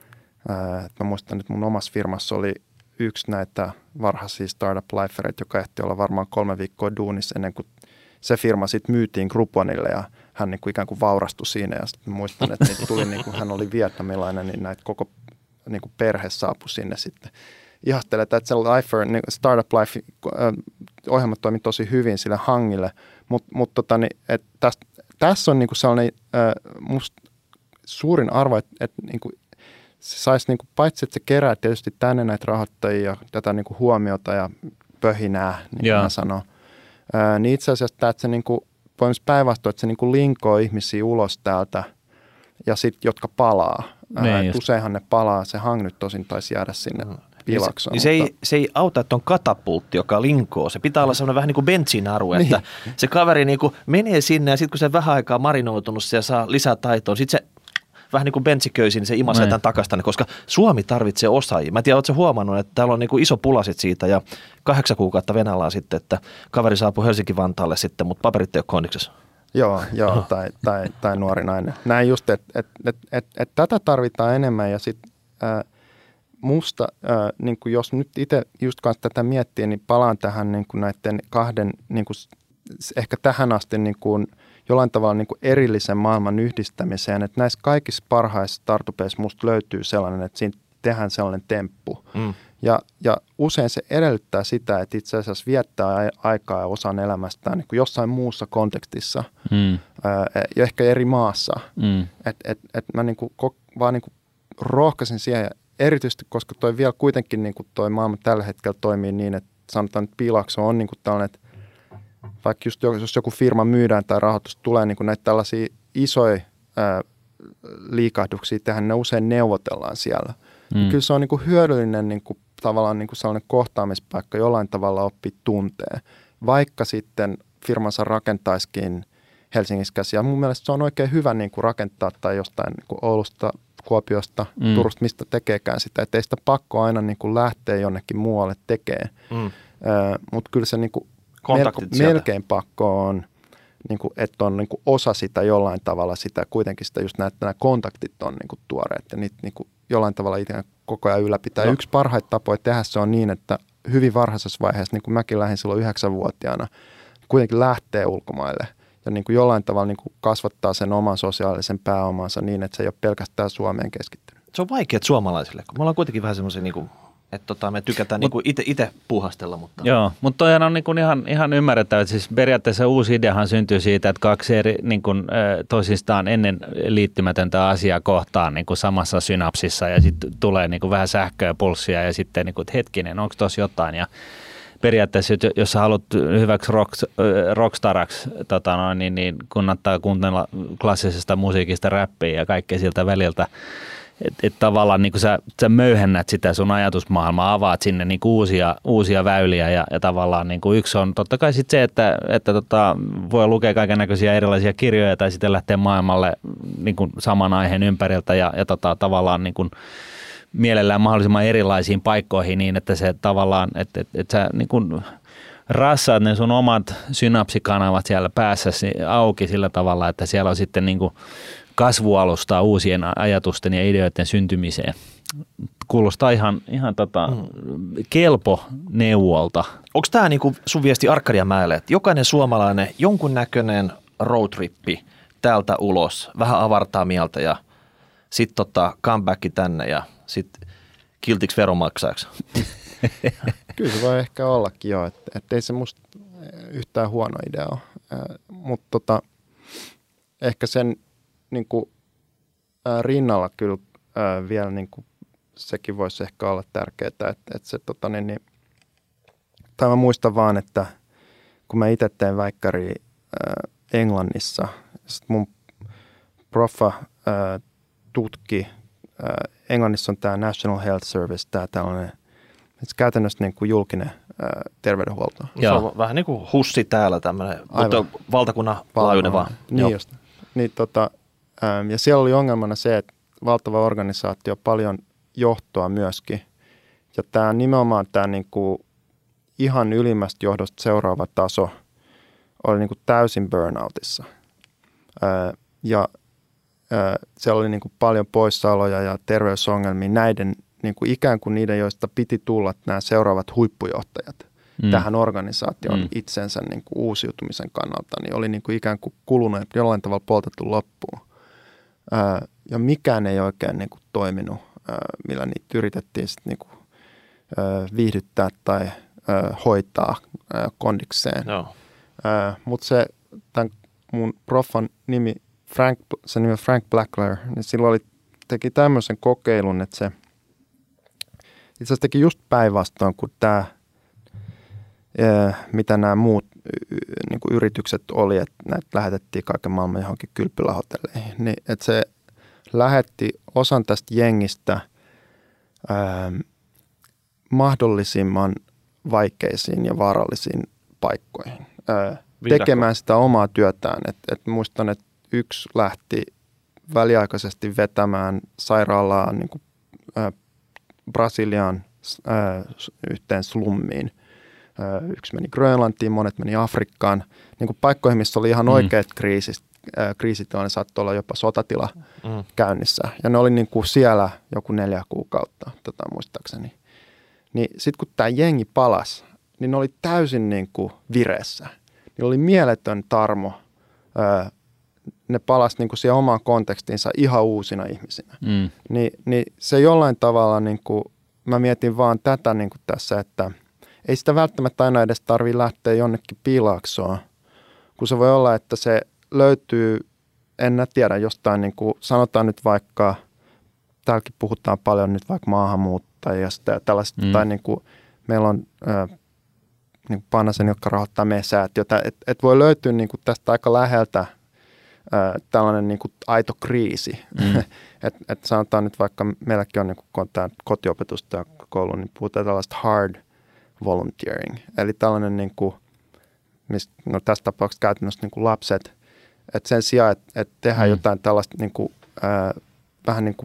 ää, mä muistan, että mun omassa firmassa oli yksi näitä varhaisia startup-lifereitä, joka ehti olla varmaan kolme viikkoa duunissa ennen kuin se firma sitten myytiin Grouponille ja hän niin kuin ikään kuin vaurastui siinä ja sitten muistan, että niitä tuli, niin kuin hän oli vietnamilainen, niin näitä koko niin kuin perhe saapui sinne sitten. Ihastelen, että se Lifer, niin Startup Life ohjelma toimi tosi hyvin sille hangille, mutta mut tota, niin, tässä täs on niin kuin sellainen äh, musta suurin arvo, että et, niin kuin se saisi niin kuin, paitsi, että se kerää tietysti tänne näitä rahoittajia ja tätä niin kuin huomiota ja pöhinää, niin kuin mä sanon, äh, niin itse asiassa tämä, että se niin kuin, päinvastoin, että se niin kuin linkoo ihmisiä ulos täältä ja sitten, jotka palaa. Ää, useinhan ne palaa, se hang nyt tosin taisi jäädä sinne mm. piilaksoon. Niin se, mutta... se, ei, se ei auta, että on katapultti, joka linkoo. Se pitää olla sellainen vähän niin kuin bensiinaru, että niin. Se kaveri niin kuin menee sinne ja sitten kun se vähän aikaa marinoitunut se ja saa lisää taitoa, sitten se vähän niin kuin bensiköysi, niin se imasee tämän takaisin, koska Suomi tarvitsee osaajia. Mä en tiedä, ootko sä huomannut, että täällä on niin kuin iso pulasit siitä ja kahdeksan kuukautta venällään sitten, että kaveri saapui Helsinki-Vantaalle sitten, mutta paperit ei ole kondiksessa. Joo, joo tai, tai, tai nuori nainen. Näin just, että et, et, et, et tätä tarvitaan enemmän ja sitten äh, musta, äh, niin jos nyt itse just kanssa tätä miettii, niin palaan tähän niin näiden kahden, niin kuin, ehkä tähän asti niin kuin, jollain tavalla niin kuin erillisen maailman yhdistämiseen, että näissä kaikissa parhaissa startupeissa musta löytyy sellainen, että siinä tehdään sellainen temppu. Mm. Ja, ja usein se edellyttää sitä, että itse asiassa viettää aikaa ja osan elämästään niin kuin jossain muussa kontekstissa mm. ää, ja ehkä eri maassa. Mm. Että et, et mä niin kuin, vaan niin kuin rohkaisin siihen, erityisesti koska toi vielä kuitenkin niin kuin toi maailma tällä hetkellä toimii niin, että sanotaan, että Piilakso on niin kuin tällainen, että vaikka just jos joku firma myydään tai rahoitus tulee niin kuin näitä tällaisia isoja ää, liikahduksia tähän, ne usein neuvotellaan siellä. Mm. Kyllä se on niin kuin hyödyllinen niin kuin, tavallaan niin kuin sellainen kohtaamispaikka jollain tavalla oppia tuntee, vaikka sitten firmansa rakentaisikin Helsingissä käsiä. Ja mun mielestä se on oikein hyvä niin kuin rakentaa tai jostain niin kuin Oulusta, Kuopiosta, mm. Turusta, mistä tekeekään sitä. Että ei sitä pakko aina niin kuin lähteä jonnekin muualle tekemään. Mm. Äh, mutta kyllä se niin kuin mel- melkein pakko on, niin kuin, että on niin kuin osa sitä jollain tavalla sitä, kuitenkin sitä just näet, että nämä kontaktit on niin kuin tuoreet ja niitä niin kuin jollain tavalla itse koko ajan ylläpitää. No. Yksi parhaita tapoja tehdä se on niin, että hyvin varhaisessa vaiheessa, niin kuin mäkin lähdin silloin yhdeksänvuotiaana, kuitenkin lähtee ulkomaille ja niin kuin jollain tavalla niin kuin kasvattaa sen oman sosiaalisen pääomansa niin, että se ei ole pelkästään Suomeen keskittynyt. Se on vaikeaa suomalaisille, kun me ollaan kuitenkin vähän semmoisia, niin kuin, että tota, me tykätään Mut, niin itse puuhastella. Mutta... Joo, mutta toihan on niin kuin ihan, ihan ymmärrettävä. Siis periaatteessa uusi ideahan syntyy siitä, että kaksi eri niin kuin, toisistaan ennen liittymätöntä asiaa kohtaan niin kuin samassa synapsissa ja sitten tulee niin kuin vähän sähköä ja pulssia ja sitten niin kuin, että hetkinen, onko tuossa jotain ja periaatteessa, jos sä haluat hyväksi rock, rockstaraksi, tota noin, niin, niin kannattaa kuuntella klassisesta musiikista räppiä ja kaikkea siltä väliltä. Että et tavallaan niin sä, sä möyhennät sitä sun ajatusmaailmaa, avaat sinne niin uusia, uusia väyliä ja, ja tavallaan niin yksi on totta kai sit se, että, että tota, voi lukea kaikennäköisiä erilaisia kirjoja tai sitten lähteä maailmalle niin saman aiheen ympäriltä ja, ja tota, tavallaan niin kuin mielellään mahdollisimman erilaisiin paikkoihin niin, että se tavallaan, että, että, että sä niin kuin rassaat ne sun omat synapsikanavat siellä päässä auki sillä tavalla, että siellä on sitten niin kuin kasvualustaa uusien ajatusten ja ideoiden syntymiseen. Kuulostaa ihan, ihan tota mm. kelpo neuvolta. Onko tämä niinku sun viesti Arkadianmäelle, että jokainen suomalainen jonkunnäköinen roadtrippi täältä ulos, vähän avartaa mieltä ja sitten tota comebacki tänne ja sitten kiltiksi veronmaksajaksi? Kyllä se voi ehkä ollakin jo, että et ei se musta yhtään huono idea ole, mutta tota, ehkä sen niin kuin, ää, rinnalla kyllä ää, vielä niin kuin, sekin voisi ehkä olla tärkeää, että, että se tota niin, niin tai mä muistan vaan, että kun mä itse tein väikkäriä ää, Englannissa, sit mun profa ää, tutki, ää, Englannissa on tämä National Health Service, tämä tällainen, käytännössä niin kuin julkinen ää, terveydenhuolto. Se on vähän niin kuin hussi täällä tämmöinen, mutta valtakunnan laajuinen vaan. Niin just. Niin, tota, ja siellä oli ongelmana se, että valtava organisaatio, paljon johtoa myöskin. Ja tämä nimenomaan tämä niinku ihan ylimmästä johdosta seuraava taso oli niinku täysin burnoutissa. Ja, siellä oli niin kuin paljon poissaoloja ja terveysongelmia näiden niin kuin ikään kuin niiden, joista piti tulla nämä seuraavat huippujohtajat mm. tähän organisaation mm. itsensä niin kuin uusiutumisen kannalta, niin oli niin kuin ikään kuin kulunut jollain tavalla poltettu loppuun. Ää, ja mikään ei oikein niin kuin toiminut, ää, millä niitä yritettiin sit niin kuin, ää, viihdyttää tai ää, hoitaa ää, kondikseen. No. Mutta se, tämän mun proffan nimi, Frank, se nimi on Frank Blackler, niin silloin oli, teki tämmöisen kokeilun, että se itse asiassa teki just päinvastoin kuin tämä, mitä nämä muut niin kuin yritykset oli, että näitä lähetettiin kaiken maailman johonkin kylpylähotelleihin. Niin, että se lähetti osan tästä jengistä ää, mahdollisimman vaikeisiin ja vaarallisiin paikkoihin. Ää, tekemään sitä omaa työtään. Et, et muistan, että yksi lähti väliaikaisesti vetämään sairaalaa niin kuin, ää, Brasiliaan ää, yhteen slummiin. Ää, yksi meni Grönlantiin, monet meni Afrikkaan. Niin kuin paikkoihin, missä oli ihan oikeat mm. kriisit. Ää, kriisitilanne saattoi olla jopa sotatila mm. käynnissä. Ja ne oli niin kuin siellä joku neljä kuukautta, tota, muistaakseni. Niin sitten kun tämä jengi palasi, niin ne oli täysin niin kuin vireessä. Niillä oli mieletön tarmo. Ää, ne palasi niin kuin siihen omaan kontekstinsa ihan uusina ihmisinä. Mm. Ni, niin se jollain tavalla, niin kuin, mä mietin vaan tätä niin kuin tässä, että ei sitä välttämättä aina edes tarvitse lähteä jonnekin piilaaksoon, kun se voi olla, että se löytyy, en tiedä, jostain, niin kuin, sanotaan nyt vaikka, täälläkin puhutaan paljon nyt vaikka maahanmuuttajista ja tällaista, mm. tai niin kuin, meillä on äh, niin Pannasen, jotka rahoittaa meidän säätiötä, että et voi löytyä niin kuin tästä aika läheltä äh, tällainen niin kuin aito kriisi. Mm. että et sanotaan nyt vaikka, meilläkin on, niin kuin, tämä kotiopetusta ja koulu, niin puhutaan tällaista hard volunteering, eli tällainen, niin kuin, mistä, no tässä tapauksessa käytännössä niin kuin lapset, että sen sijaan, että, että tehdään mm. jotain tällaista niin kuin, äh, vähän niin kuin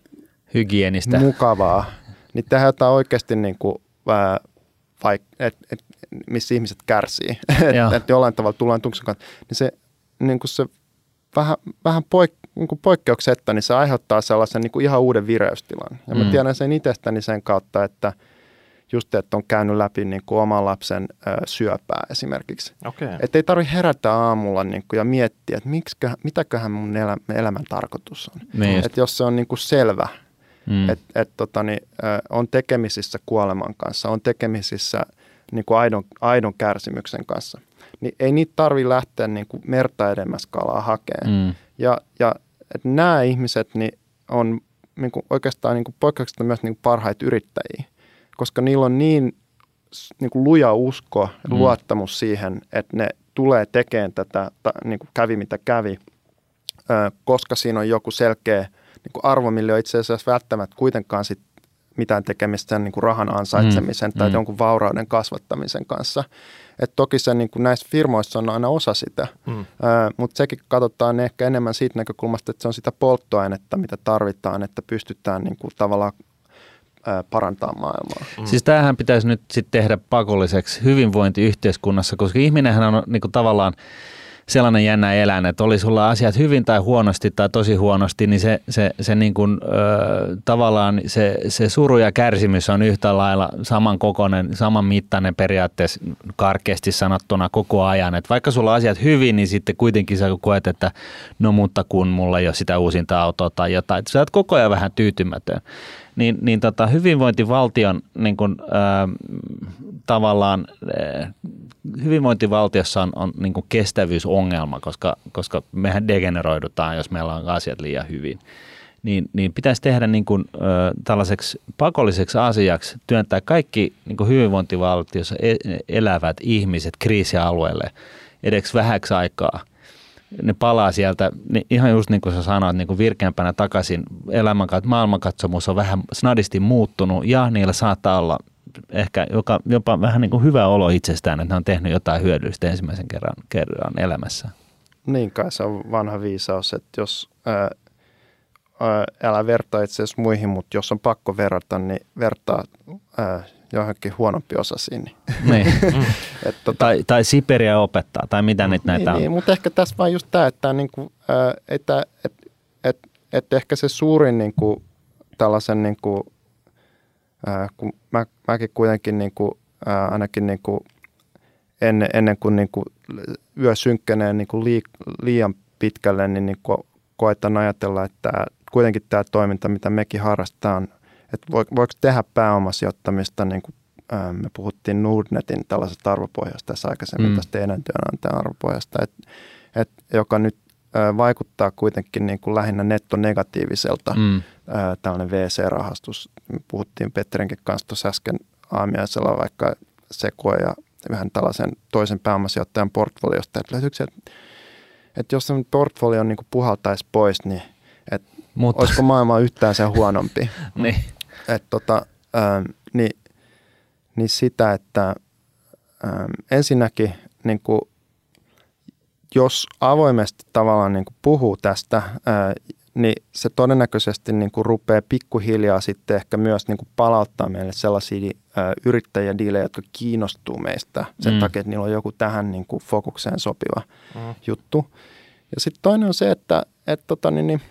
hygienistä mukavaa, niin tehdään jotain oikeasti niin kuin, äh, vaik, et, et, missä ihmiset kärsii, että et jollain tavalla tullaan tunksukaan, niin se, niin kuin se vähän, vähän poik, niin kuin poikkeuksetta, niin se aiheuttaa sellaisen niin kuin ihan uuden vireystilan. Ja mä mm. tiedän sen itsestäni sen kautta, että just, että on käynyt läpi niin kuin oman lapsen ö, syöpää esimerkiksi. Okay. Että ei tarvitse herätä aamulla niin kuin, ja miettiä, että miksikä, mitäköhän mun elä, elämän tarkoitus on. Niin että jos se on niin kuin selvä, mm. että et, tota, niin, on tekemisissä kuoleman kanssa, on tekemisissä niin kuin aidon, aidon kärsimyksen kanssa, niin ei niitä tarvitse lähteä niin kuin merta edemmäs kalaa hakemaan. Mm. Ja, ja että nämä ihmiset niin on niin kuin oikeastaan niin kuin poikkeuksesta myös niin kuin parhaita yrittäjiä, koska niillä on niin, niin kuin luja usko ja mm. luottamus siihen, että ne tulee tekemään tätä, niin kuin kävi mitä kävi, koska siinä on joku selkeä niin kuin arvo, millä on itse asiassa välttämättä kuitenkaan sit mitään tekemistä sen niin kuin rahan ansaitsemisen mm. tai mm. jonkun vaurauden kasvattamisen kanssa. Et toki se niin kuin näissä firmoissa on aina osa sitä, mm. mutta sekin katsotaan ehkä enemmän siitä näkökulmasta, että se on sitä polttoainetta, mitä tarvitaan, että pystytään niin kuin tavallaan parantaa maailmaa. Mm. Siis tämähän pitäisi nyt sitten tehdä pakolliseksi hyvinvointiyhteiskunnassa, koska ihminenhän on niinku tavallaan sellainen jännä eläin, että oli sulla asiat hyvin tai huonosti tai tosi huonosti, niin se, se, se niinku, ö, tavallaan se, se suru ja kärsimys on yhtä lailla samankokoinen, saman mittainen periaatteessa karkeasti sanottuna koko ajan. Et vaikka sulla on asiat hyvin, niin sitten kuitenkin sä koet, että no mutta kun mulla ei ole sitä uusinta autoa tai jotain, että sä oot koko ajan vähän tyytymätön. Niin, niin tota, hyvinvointivaltion niin kun, äh, tavallaan äh, hyvinvointivaltiossa on, on niin kun kestävyysongelma, koska, koska mehän degeneroidutaan, jos meillä on asiat liian hyvin. Niin, niin pitäisi tehdä niin kun, äh, tällaiseksi pakolliseksi asiaksi, työntää kaikki niin kun hyvinvointivaltiossa elävät ihmiset kriisialueelle edes vähäksi aikaa. Ne palaa sieltä, niin ihan just niin kuin sä sanoit, niin kuin virkeämpänä takaisin, elämänkat- maailmankatsomus on vähän snadisti muuttunut ja niillä saattaa olla ehkä joka, jopa vähän niin kuin hyvä olo itsestään, että ne on tehnyt jotain hyödyllistä ensimmäisen kerran, kerran elämässä. Niin kai se on vanha viisaus, että jos ää, ää, älä vertaa itse asiassa muihin, mutta jos on pakko verrata, niin vertaa ää, johonkin huonompi osasiin. Niin. Et, tota, tai, tai Siperia opettaa, tai mitä nyt näitä niin, on. Niin, mutta ehkä tässä vaan just tämä, että, niin kuin, ää, että et, et, et ehkä se suurin niin kuin, tällaisen, niin kuin, ää, kun mä, mäkin kuitenkin niin kuin, ää, ainakin niin kuin, ennen, ennen kuin, niin kuin yö synkkänee niin kuin lii, liian pitkälle, niin, niin kuin koetan ajatella, että kuitenkin tämä toiminta, mitä mekin harrastetaan, että voiko tehdä pääomasijoittamista, niin kuin ää, me puhuttiin Nordnetin tällaisesta arvopohjasta tässä aikaisemmin, mm. tästä teidän työnantajan arvopohjasta, että et, joka nyt ää, vaikuttaa kuitenkin niin kuin lähinnä nettonegatiiviselta, mm. ää, tällainen V C-rahastus. Me puhuttiin Petterinkin kanssa tuossa äsken aamiaisella vaikka Sequoia ja yhden tällaisen toisen pääomasijoittajan portfoliosta, että löytyykö se, että jos se portfolio niin kuin puhaltaisi pois, niin että olisiko maailma yhtään sen huonompi. niin. Et tota, ähm, niin, niin sitä, että ähm, ensinnäkin niin kuin, jos avoimesti tavallaan niin kuin puhuu tästä, ää, niin se todennäköisesti niin kuin rupeaa pikkuhiljaa sitten ehkä myös niin kuin palauttaa meille sellaisia ää, yrittäjädiilejä, jotka kiinnostuu meistä sen mm. takia, että niillä on joku tähän niin kuin fokukseen sopiva mm. juttu. Ja sitten toinen on se, että et, tota, niin, niin,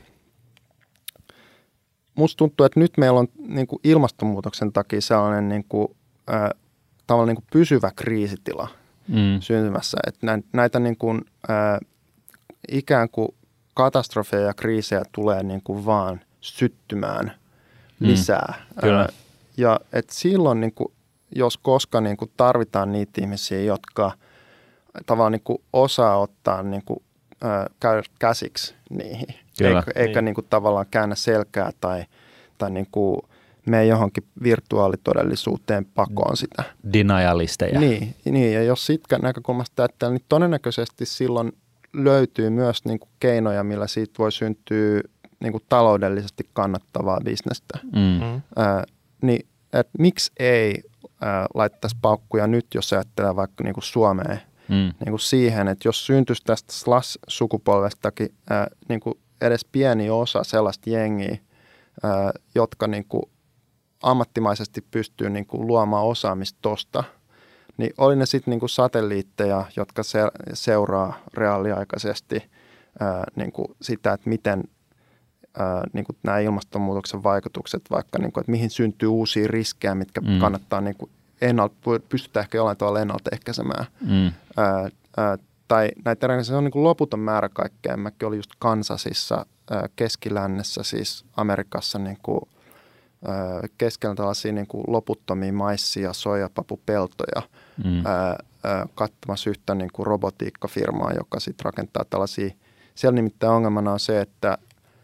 musta tuntuu, että nyt meillä on niin kuin ilmastonmuutoksen takia sellainen niin kuin, ää, tavallaan niin kuin pysyvä kriisitila mm. syntymässä. Että näitä niin kuin, ää, ikään kuin katastrofeja ja kriisejä tulee niin kuin vaan syttymään mm. lisää. Kyllä. Ää, ja et silloin, niin kuin, jos koska niin kuin tarvitaan niitä ihmisiä, jotka tavallaan niin kuin osaa ottaa niin kuin, ää, käsiksi niihin. Kyllä. Eikä, eikä niin. Niin kuin tavallaan käännä selkää tai, tai niin kuin mene johonkin virtuaalitodellisuuteen pakoon sitä. Denialisteja. Niin, niin, ja jos siitä näkökulmasta ajattelee, niin todennäköisesti silloin löytyy myös niin kuin keinoja, millä siitä voi syntyä niin kuin taloudellisesti kannattavaa bisnestä. Mm. Ää, niin, et miksi ei ää, laittaisi paukkuja nyt, jos ajattelee vaikka niin kuin Suomeen, mm. niin kuin siihen, että jos syntyisi tästä slash-sukupolvestakin ää, niin kuin edes pieni osa sellaista jengiä, ää, jotka niin kuin ammattimaisesti pystyy niin kuin luomaan osaamista tosta, niin oli ne sitten niin kuin satelliitteja, jotka se, seuraa reaaliaikaisesti ää, niin kuin sitä, että miten ää, niin kuin nämä ilmastonmuutoksen vaikutukset, vaikka niin kuin, että mihin syntyy uusia riskejä, mitkä mm. kannattaa niin kuin ennalta, pystytään ehkä jollain tavalla ennaltaehkäisemään. Mm. Ää, ää, tai näitä se on niin kuin loputon määrä kaikkea. Mäkin olin just Kansasissa, ää, Keskilännessä, siis Amerikassa niin kuin keskellä tällaisia niin kuin loputtomia maissi- ja soijapapupeltoja mm. ää, ää, katsomassa yhtä niin kuin robotiikkafirmaa, joka sitten rakentaa tällaisia. Siellä nimittäin ongelmana on se, että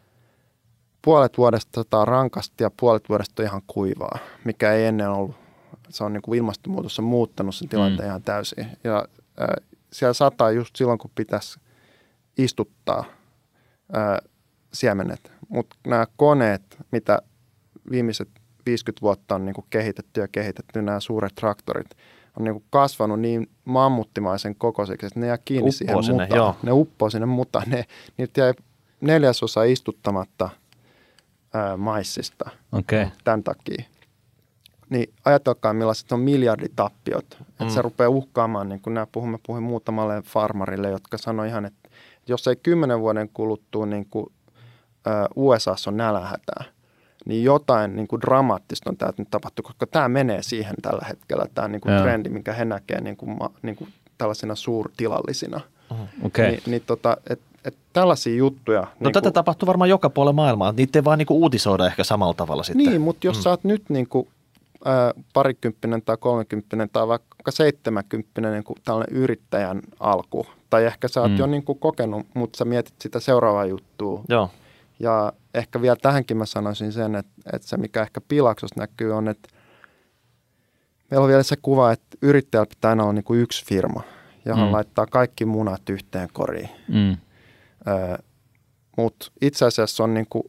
puolet vuodesta sataa rankasti ja puolet vuodesta on ihan kuivaa, mikä ei ennen ollut. Se on niin kuin ilmastonmuutos on muuttanut sen tilanteen mm. ihan täysin. Ja ää, siellä sataa just silloin, kun pitäisi istuttaa ää, siemenet. Mutta nämä koneet, mitä viimeiset viisikymmentä vuotta on niin kuin kehitetty ja kehitetty, nämä suuret traktorit on niin kuin kasvanut niin mammuttimaisen kokoiseksi, että ne jää kiinni uppoo siihen sinne, mutaan. Joo. Ne uppoo sinne mutaan. Ne, niitä jäi neljäsosa istuttamatta ää, maissista okay. tämän takia. Niin ajatelkaa millaiset on miljarditappiot. Mm. Että se rupeaa uhkaamaan, niin kuin nämä puhumme, puhuin muutamalle farmarille, jotka sanoi ihan, että jos ei kymmenen vuoden kuluttua niin kuin, ää, U S A:ssa on nälänhätää, niin jotain niin kuin dramaattista on tämä nyt tapahtunut, koska tämä menee siihen tällä hetkellä, tämä niin kuin trendi, minkä he näkee niin kuin, niin kuin tällaisina suurtilallisina. Uh-huh. Okay. Ni, niin tota, et, et tällaisia juttuja. No niin tätä kuin, tapahtuu varmaan joka puolella maailmaa, niitä ei vaan niin kuin uutisoida ehkä samalla tavalla sitten. Niin, mutta jos mm. sä oot nyt niin kuin, ä, parikymppinen tai kolmekymppinen tai vaikka seitsemänkymppinen niin kuin tällainen yrittäjän alku, tai ehkä sä oot mm. jo niin kuin kokenut, mutta sä mietit sitä seuraavaa juttua. Joo. Ja ehkä vielä tähänkin mä sanoisin sen, että, että se mikä ehkä Pilaksossa näkyy on, että meillä on vielä se kuva, että yrittäjällä pitää aina olla niin kuin yksi firma, johon mm. laittaa kaikki munat yhteen koriin. Mm. Ö, mutta itse asiassa on niin kuin,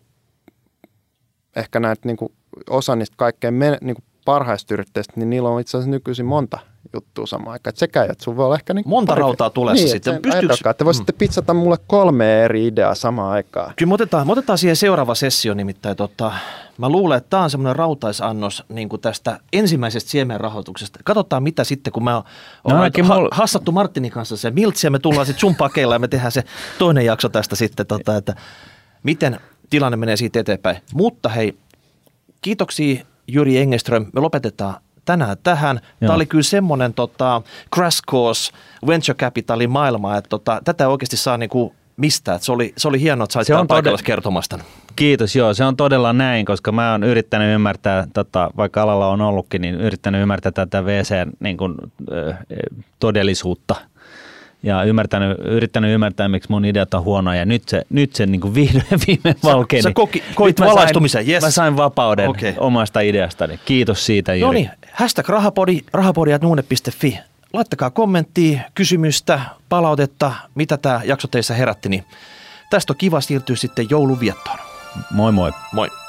ehkä näitä niin kuin, osa niistä kaikkein men, niin kuin parhaista yrittäjistä, niin niillä on itse asiassa nykyisin monta juttua samaan aikaan. Että sekä, että sun voi olla ehkä... Niin monta pari... rautaa tulessa niin, sitten. Pystyykö... Ajatelkaa, että voisitte mm. pitsata mulle kolme eri ideaa samaan aikaan. Kyllä me otetaan, me otetaan siihen seuraava sessio nimittäin. Tota, mä luulen, että tämä on semmoinen rautaisannos niin kuin tästä ensimmäisestä siemenrahoituksesta. Katsotaan mitä sitten, kun me ollaan no, ha- mulla... hassattu Martinin kanssa se miltsiä, me tullaan sitten sun pakeilla ja me tehdään se toinen jakso tästä sitten, tota, että miten... tilanne menee siitä eteenpäin. Mutta hei, kiitoksia Jyri Engelström. Me lopetetaan tänään tähän. Joo. Tämä oli kyllä semmoinen tota, crash course venture capitalin maailma, että tota, tätä oikeasti saa niinku mistä. Se oli, se oli hienoa, että sait tämän paikalla todella kertomasta. Kiitos, joo, se on todella näin, koska mä oon yrittänyt ymmärtää, tota, vaikka alalla on ollutkin, niin yrittänyt ymmärtää tätä V C:n niin kuin, äh, todellisuutta. Ja ymmärtänyt, yrittänyt ymmärtää, miksi mun ideat on huonoja. Ja nyt se, nyt se niin kuin vihdoin viime valkeni. Sä, sä koki, koit valaistumisen, yes. Mä sain vapauden okay. omasta ideastani. Kiitos siitä, Jyri. No niin, hashtag rahapodi, rahapodi at nuune piste fi. Laittakaa kommenttia, kysymystä, palautetta, mitä tämä jakso teissä herätti. Niin tästä on kiva siirtyä sitten jouluviettoon. Moi moi. Moi.